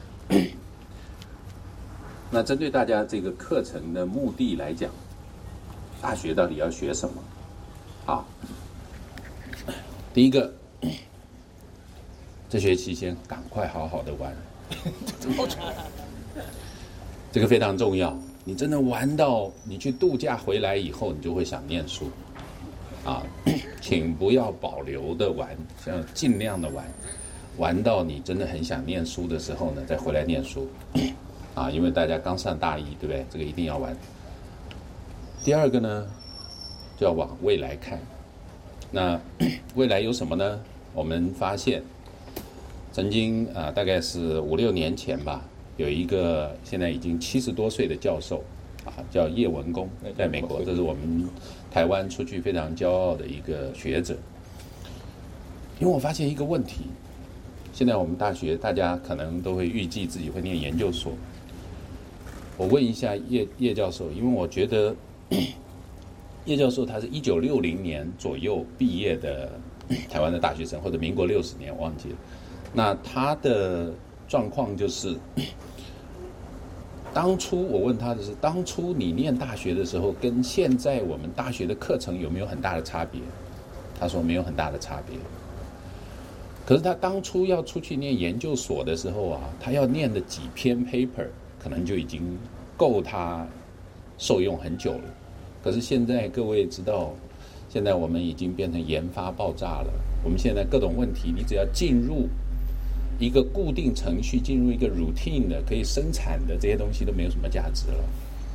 那针对大家这个课程的目的来讲，大学到底要学什么？好，第一个，这学期先赶快好好的玩，这个非常重要。你真的玩到你去度假回来以后，你就会想念书啊，请不要保留的玩，要尽量的玩，玩到你真的很想念书的时候呢，再回来念书。啊，因为大家刚上大一，对不对？这个一定要玩。第二个呢，就要往未来看。那未来有什么呢？我们发现，曾经啊，大概是五六年前吧，有一个现在已经七十多岁的教授，啊，叫叶文公，在美国，这是我们台湾出去非常骄傲的一个学者。因为我发现一个问题，现在我们大学大家可能都会预计自己会念研究所。我问一下叶叶教授，因为我觉得叶教授他是一九六零年左右毕业的台湾的大学生，或者民国六十年忘记了。那他的状况就是，当初我问他的是，当初你念大学的时候，跟现在我们大学的课程有没有很大的差别？他说没有很大的差别。可是他当初要出去念研究所的时候啊，他要念的几篇 paper。可能就已经够他受用很久了。可是现在各位知道，现在我们已经变成研发爆炸了。我们现在各种问题，你只要进入一个固定程序，进入一个 routine 的可以生产的这些东西都没有什么价值了。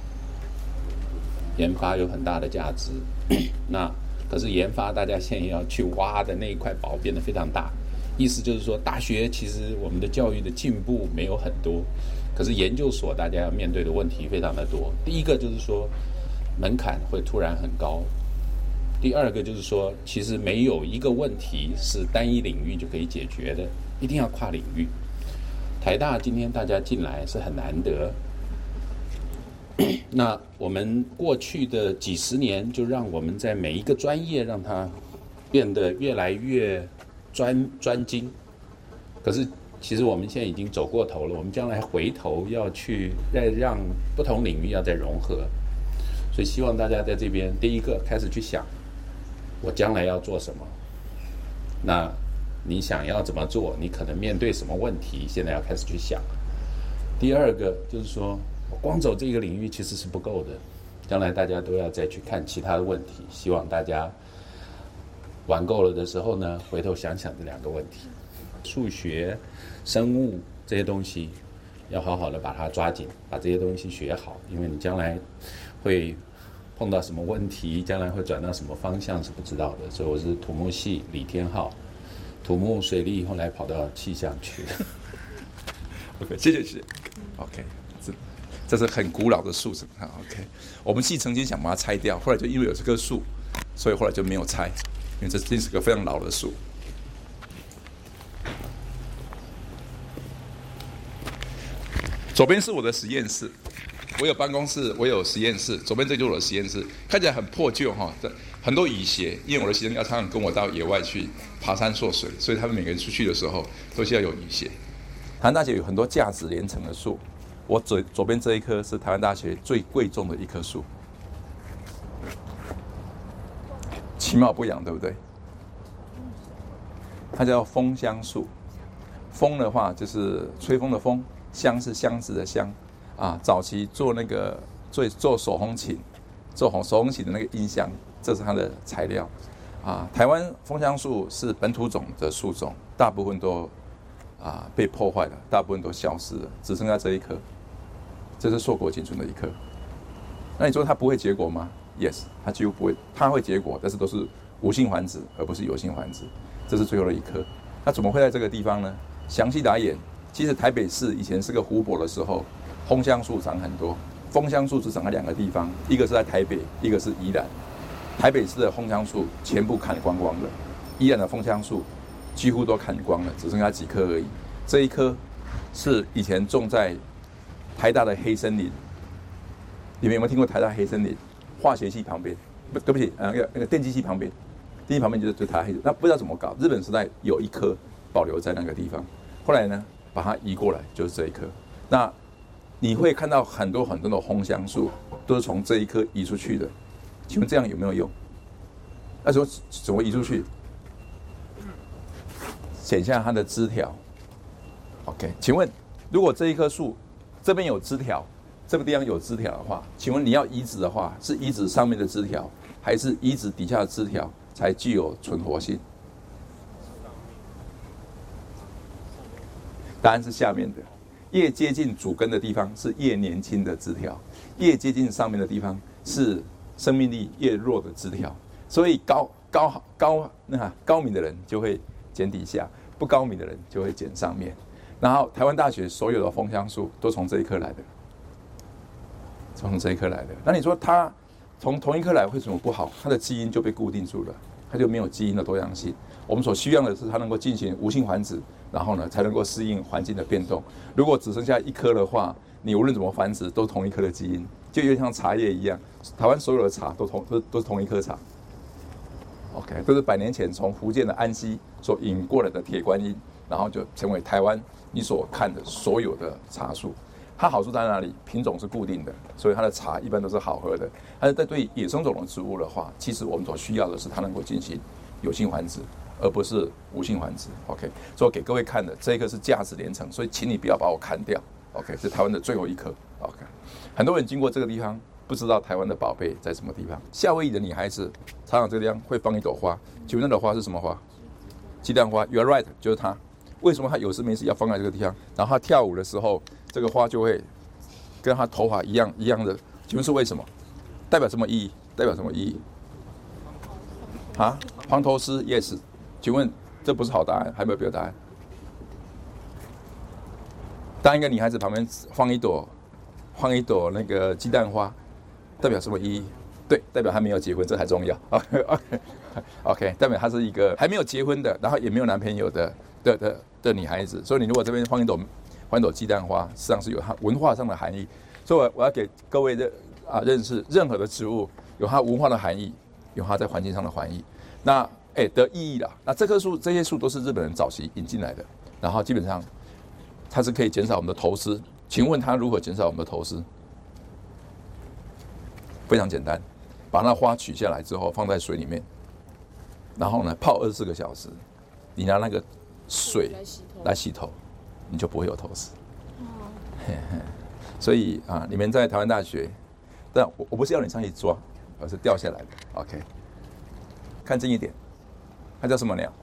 研发有很大的价值，那可是研发大家现在要去挖的那一块宝变得非常大。意思就是说，大学其实我们的教育的进步没有很多。可是研究所大家要面对的问题非常的多。第一个就是说门槛会突然很高，第二个就是说其实没有一个问题是单一领域就可以解决的，一定要跨领域。台大今天大家进来是很难得，那我们过去的几十年就让我们在每一个专业让它变得越来越专专精，可是其实我们现在已经走过头了，我们将来回头要去再让不同领域要再融合，所以希望大家在这边第一个开始去想，我将来要做什么，那你想要怎么做，你可能面对什么问题，现在要开始去想。第二个就是说，我光走这个领域其实是不够的，将来大家都要再去看其他的问题，希望大家玩够了的时候呢，回头想想这两个问题。数学、生物这些东西要好好的把它抓紧，把这些东西学好，因为你将来会碰到什么问题，将来会转到什么方向是不知道的。所以我是土木系李天浩，土木水利后来跑到气象去。 OK， 谢谢谢谢。OK。 这是很古老的树子啊。OK， 我们系曾经想把它拆掉，后来就因为有这棵树，所以后来就没有拆，因为这真是个非常老的树。左边是我的实验室，我有办公室，我有实验室。左边这就是我的实验室，看起来很破旧哈，很多雨鞋，因为我的学生要常常跟我到野外去爬山涉水，所以他们每个人出去的时候都需要有雨鞋。台湾大学有很多价值连城的树，我左左边这一棵是台湾大学最贵重的一棵树，其貌不扬，对不对？它叫枫香树，枫的话就是吹风的风。香是箱子的香，啊，早期做那个做做手风琴，做红手风琴的那个音箱，这是它的材料，啊，台湾枫香树是本土种的树种，大部分都啊被破坏了，大部分都消失了，只剩下这一棵，这是硕果仅存的一棵。那你说它不会结果吗 ？Yes， 它几乎不会，它会结果，但是都是无性繁殖，而不是有性繁殖，这是最后的一棵。那怎么会在这个地方呢？详细来演。其实台北市以前是个湖泊的时候，枫香树长很多。枫香树只长在两个地方，一个是在台北，一个是宜兰。台北市的枫香树全部砍光光了，宜兰的枫香树几乎都砍光了，只剩下几棵而已。这一棵是以前种在台大的黑森林，你们有没有听过台大黑森林？化学系旁边，不，对不起，呃，那个那个电机系旁边，电机旁边就是就台大黑森林。那不知道怎么搞，日本时代有一棵保留在那个地方，后来呢？把它移过来，就是这一棵。那你会看到很多很多的枫香树都是从这一棵移出去的。请问这样有没有用？那时候怎么移出去？剪下它的枝条。OK， 请问如果这一棵树这边有枝条，这个地方有枝条的话，请问你要移植的话，是移植上面的枝条，还是移植底下的枝条才具有存活性？答案是下面的，越接近主根的地方是越年轻的枝条，越接近上面的地方是生命力越弱的枝条。所以高高高那高明的人就会剪底下，不高明的人就会剪上面。然后台湾大学所有的枫香树都从这一棵来的，从这一棵来的。那你说它从同一棵来为什么不好？它的基因就被固定住了，它就没有基因的多样性。我们所需要的是它能够进行无性繁殖，然后呢才能够适应环境的变动。如果只剩下一棵的话，你无论怎么繁殖都是同一棵的基因，就有点像茶叶一样。台湾所有的茶都同都都是同一棵茶。OK， 都是百年前从福建的安溪所引过来的铁观音，然后就成为台湾你所看的所有的茶树。它好处在哪里？品种是固定的，所以它的茶一般都是好喝的。但是在对野生种的植物的话，其实我们所需要的是它能够进行有性繁殖，而不是无性繁殖。OK， 所以我给各位看的这一个是价值连城，所以请你不要把我砍掉。OK， 是台湾的最后一棵。OK， 很多人经过这个地方，不知道台湾的宝贝在什么地方。夏威夷的女孩子常常这个地方会放一朵花，请问那朵花是什么花？鸡蛋花。You are right， 就是它。为什么她有事没事要放在这个地方？然后她跳舞的时候，这个花就会跟她头发一样一样的。请问是为什么？代表什么意义？代表什么意义？啊，黄头丝 ，yes。请问这不是好答案，还有没有别的答案？当一个女孩子旁边放一朵，放一朵那个鸡蛋花，代表什么意义？对，代表还没有结婚，这还重要。OK OK OK， 代表她是一个还没有结婚的，然后也没有男朋友的的的的女孩子。所以你如果这边放一朵放一朵鸡蛋花，实际上是有它文化上的含义。所以我我要给各位认啊认识，任何的植物有它文化的含义，有它在环境上的含义。那哎的意义啦。那这棵树这些树都是日本人早期引进来的，然后基本上它是可以减少我们的头虱。请问它如何减少我们的头虱？非常简单，把那花取下来之后放在水里面，然后呢泡二十四个小时，你拿那个水来洗头，你就不会有头虱。所以啊，你们在台湾大学，但我我不是要你上去抓，而是掉下来的。OK， 看近一点，它叫什么鸟？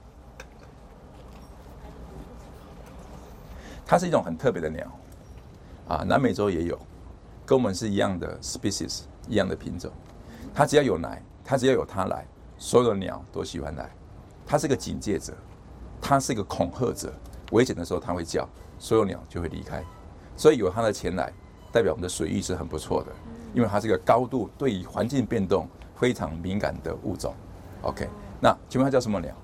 它是一种很特别的鸟，啊，南美洲也有，跟我们是一样的 species， 一样的品种。它只要有来，它只要有它来，所有的鸟都喜欢来。它是个警戒者，它是一个恐吓者，危险的时候它会叫，所有鸟就会离开。所以有它的前来， 代表我们的水域是很不错的，因为它是一个高度对于环境变动非常敏感的物种。OK， 那请问它叫什么鸟？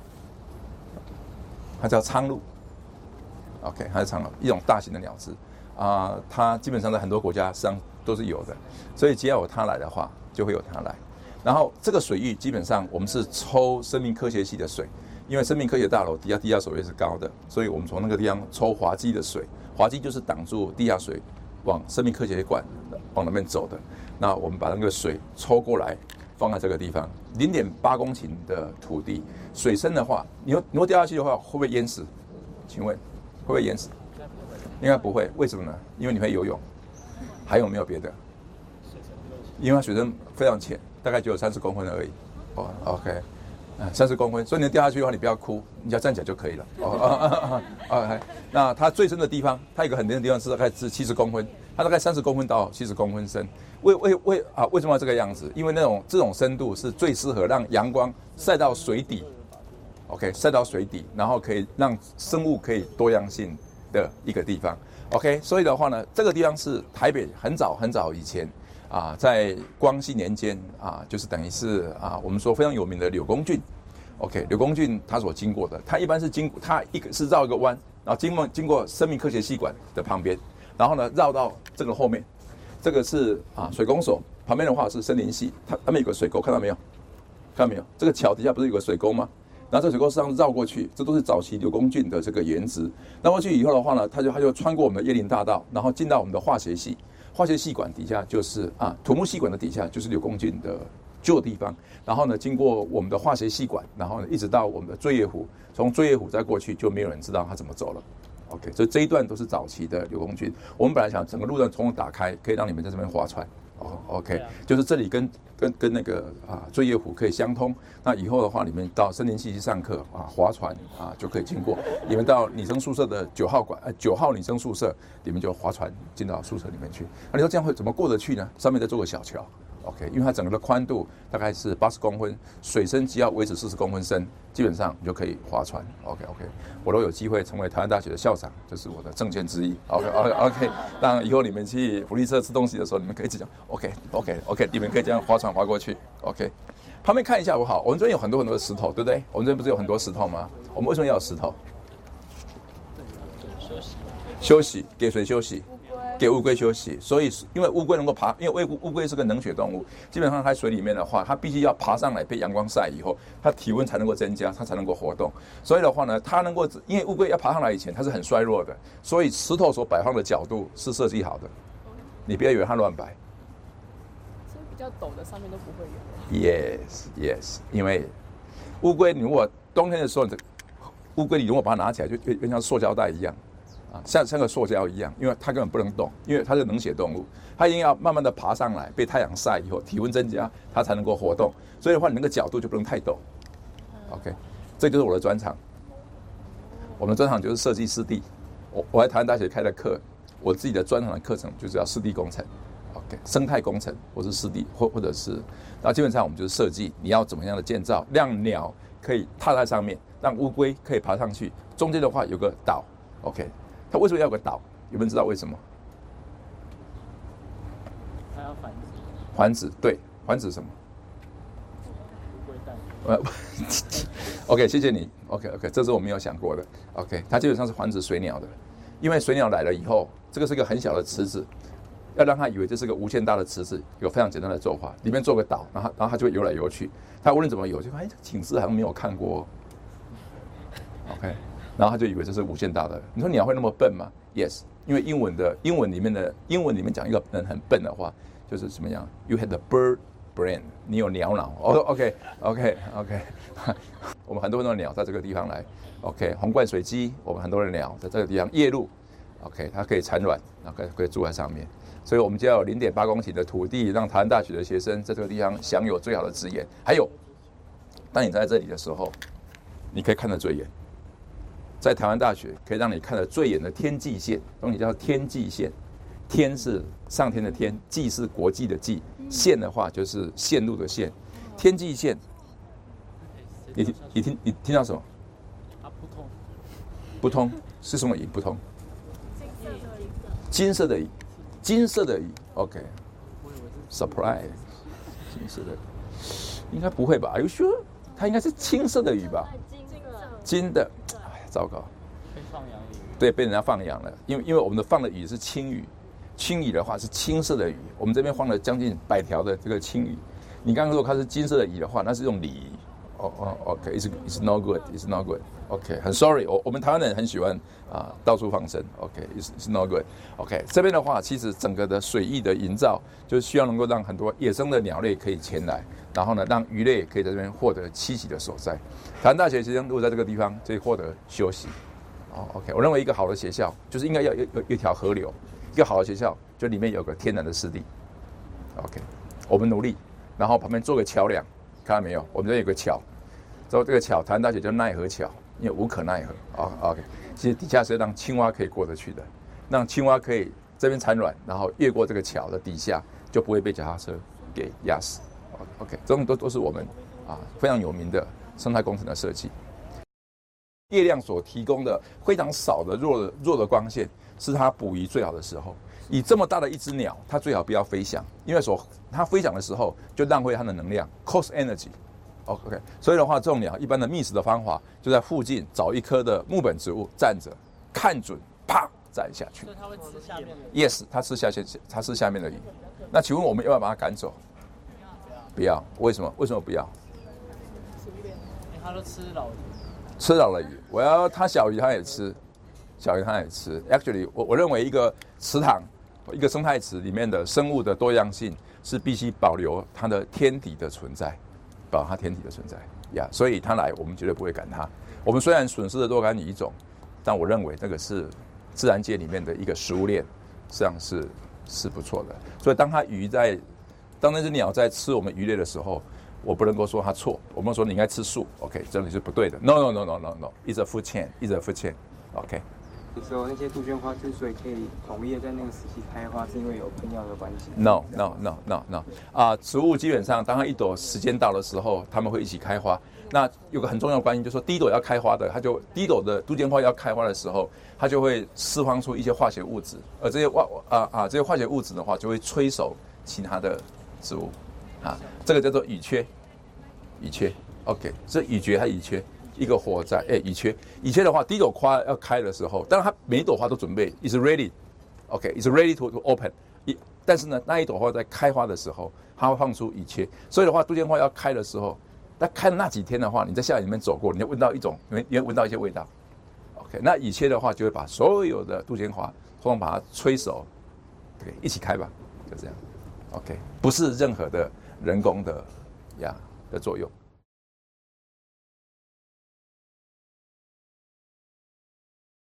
它叫苍鹭。OK， 它是苍鹭，一种大型的鸟只啊、呃，它基本上在很多国家实际上都是有的，所以只要有它来的话，就会有它来。然后这个水域基本上我们是抽生命科学系的水，因为生命科学大楼底下地下水位是高的，所以我们从那个地方抽滑稽的水，滑稽就是挡住地下水往生命科学馆往那边走的。那我们把那个水抽过来，放在这个地方，零点八公顷的土地，水深的话，你如果掉下去的话，会不会淹死？请问会不会淹死？应该不会，为什么呢？因为你会游泳。还有没有别的？因为它水深非常浅，大概只有三十公分而已。哦 ，OK， 三十公分，所以你掉下去的话，你不要哭，你只要站起来就可以了。哦，啊啊，那它最深的地方，它有一个很深的地方是大概是七十公分，它大概三十公分到七十公分深。为为为啊，为什么要这个样子？因为那种这种深度是最适合让阳光晒到水底。OK， 晒到水底，然后可以让生物可以多样性的一个地方。OK， 所以的话呢，这个地方是台北很早很早以前啊，在光绪年间啊，就是等于是啊，我们说非常有名的柳公圳。OK， 柳公圳它所经过的，它一般是经它一个是绕一个弯，然后经过经过生命科学系馆的旁边，然后呢绕到这个后面，这个是啊水工所旁边的话是森林系，它它们有个水沟，看到没有？看到没有？这个桥底下不是有个水沟吗？然后这水沟上绕过去，这都是早期柳公圳的这个原址。绕过去以后的话呢，它就它就穿过我们的椰林大道，然后进到我们的化学系。化学系馆底下就是啊土木系馆的底下就是柳公圳的旧地方。然后呢，经过我们的化学系馆，然后呢一直到我们的醉月湖，从醉月湖再过去就没有人知道它怎么走了。OK， 所以这一段都是早期的柳公圳。我们本来想整个路段从打开，可以让你们在这边划船。哦 ，OK， 就是这里跟跟跟那个啊醉月湖可以相通。那以后的话，你们到森林系去上课啊，划船啊就可以经过。你们到女生宿舍的九号馆，呃九号女生宿舍，你们就划船进到宿舍里面去。那你说这样会怎么过得去呢？上面再做个小桥。OK， 因为它整个的宽度大概是八十公分，水深只要维持四十公分深，基本上你就可以划船。OK OK， 我都有机会成为台湾大学的校长，这是我的证件之一。OK OK OK， 当以后你们去福利社吃东西的时候，你们可以一直讲 OK OK OK， 你们可以这样划船划过去。OK， 旁边看一下好不好？我们这边有很多很多的石头，对不对？我们这边不是有很多石头吗？我们为什么要有石头？ 休息， 休息，给谁休息？给乌龟休息，所以因为乌龟能够爬，因为乌乌龟是个冷血动物，基本上它在水里面的话，它必须要爬上来被阳光晒以后，它体温才能够增加，它才能够活动。所以的话呢，它能够因为乌龟要爬上来以前，它是很衰弱的，所以石头所摆放的角度是设计好的，你不要以为它乱摆。 所以比较陡的上面都不会有。 Yes Yes， 因为乌龟你如果冬天的时候，乌龟你如果把它拿起来，就有点像塑胶袋一样。啊，像像个塑胶一样，因为它根本不能动，因为它是冷血动物，它一定要慢慢的爬上来，被太阳晒以后，体温增加，它才能够活动。所以的话，你那个角度就不能太陡。OK， 这就是我的专长。我们的专长就是设计湿地。我我在台湾大学开的课，我自己的专长的课程就是要湿地工程。OK， 生态工程或是湿地，或或者是，然后基本上我们就是设计你要怎么样的建造，让鸟可以踏在上面，让乌龟可以爬上去，中间的话有个岛。OK。它为什么要有个岛？有没有人知道为什么？ 它要繁殖。 繁殖，对，繁殖什么？ 乌龟蛋。 呃 ，OK， 谢谢你。OK OK， 这是我没有想过的。OK， 它基本上是繁殖水鸟的，因为水鸟来了以后，这个是一个很小的池子，要让它以为这是个无限大的池子，有非常简单的做法，里面做个岛，然后然后它就会游来游去。它无论怎么游，就哎，这个景色好像没有看过。OK。然后他就以为这是无限大的。你说鸟会那么笨吗 ？Yes， 因为英文的英文里面的英文里面讲一个人很笨的话，就是什么样 ？You had the bird brain， 你有鸟脑。哦 ，OK OK OK， 我们很多很多鸟在这个地方来。OK， 红冠水鸡，我们很多的鸟在这个地方夜鹭。OK， 它可以产卵，然后可以可以住在上面。所以我们就要有零点八公顷的土地，让台湾大学的学生在这个地方享有最好的资源。还有，当你在这里的时候，你可以看得最远。在台湾大学可以让你看得最远的天际线，东西叫天际线。天是上天的天，际是国际的际，线的话就是线路的线。天际线，你你听你听到什么？ 啊，不通。 不通是什么影不通？金色的影， 金色的鱼 ，OK，surprise，、okay. 金色的，应该不会吧 ？Are you sure？ 它应该是青色的鱼吧？金的，哎，糟糕， 被放养鱼。 对，被人家放养了，因为因为我们的放的鱼是青鱼，青鱼的话是青色的鱼，我们这边放了将近百条的这个青鱼。你刚刚说它是金色的鱼的话，那是用鲤鱼。哦哦 ，OK，it's it's no good，it's no good。OK， 很 sorry， 我我们台湾人很喜欢啊、呃、到处放生。OK，it's it's no good。OK， 这边的话，其实整个的水域的营造，就是需要能够让很多野生的鸟类可以前来，然后呢，让鱼类可以在这边获得栖息的所在。台湾大学实际上如果在这个地方可以获得休息。哦 ，OK， 我认为一个好的学校就是应该要有有有一条河流，一个好的学校就里面有个天然的湿地。OK， 我们努力，然后旁边做个桥梁。看到没有？我们这有个桥，之后这个桥，台湾大学叫奈何桥，因为无可奈何啊。OK， 其实底下是让青蛙可以过得去的，让青蛙可以这边产卵，然后越过这个桥的底下，就不会被脚踏车给压死。OK， 这种都都是我们啊非常有名的生态工程的设计。月亮所提供的非常少的弱的弱的光线，是它捕鱼最好的时候。以这么大的一只鸟，它最好不要飞翔，因为所它飞翔的时候就浪费它的能量 ，cost energy。OK， 所以的话，这种鸟一般的觅食的方法就在附近找一棵的木本植物站着，看准，啪站下去。 所以它会吃下面的。 Yes， 它吃下线，它吃下面的鱼。那请问我们要不要把它赶走？不要。为什么？为什么不要？ 因为它都吃老鱼。 吃老了鱼，我要它小鱼它也吃，小鱼它也吃。Actually， 我我认为一个池塘。一个生态池里面的生物的多样性是必须保留它的天敌的存在，保留它天敌的存在呀。Yeah, 所以它来，我们绝对不会赶它。我们虽然损失了若干鱼种，但我认为那个是自然界里面的一个食物链，实际上是是不错的。所以当它鱼在，当那只鸟在吃我们鱼类的时候，我不能够说它错，我们说你应该吃素 ，OK， 这里是不对的。No no no no no no，it's a food chain，it's a food chain，OK。 有时候那些杜鹃花之所以可以统一的在那个时期开花，是因为有喷药的关系。 No no no no no 啊、呃，植物基本上当它一朵时间到的时候，它们会一起开花。那有个很重要的关系，就是说第一朵要开花的，它就第一朵的杜鹃花要开花的时候，它就会释放出一些化学物质，而这些化啊啊这些化学物质的话，就会催熟其他的植物啊，这个叫做乙炔，乙炔 OK， 这乙炔还乙炔。一个火灾，哎，乙炔，乙炔的话，第一朵花要开的时候，当然它每一朵花都准备 is ready，OK， is ready to to open， 但是呢，那一朵花在开花的时候，它会放出乙炔，所以的话，杜鹃花要开的时候，那开的那几天的话，你在校园里面走过，你会闻到一种，你会闻到一些味道 ，OK， 那乙炔的话就会把所有的杜鹃花通通把它催熟，对，一起开吧，就这样 ，OK， 不是任何的人工的呀的作用。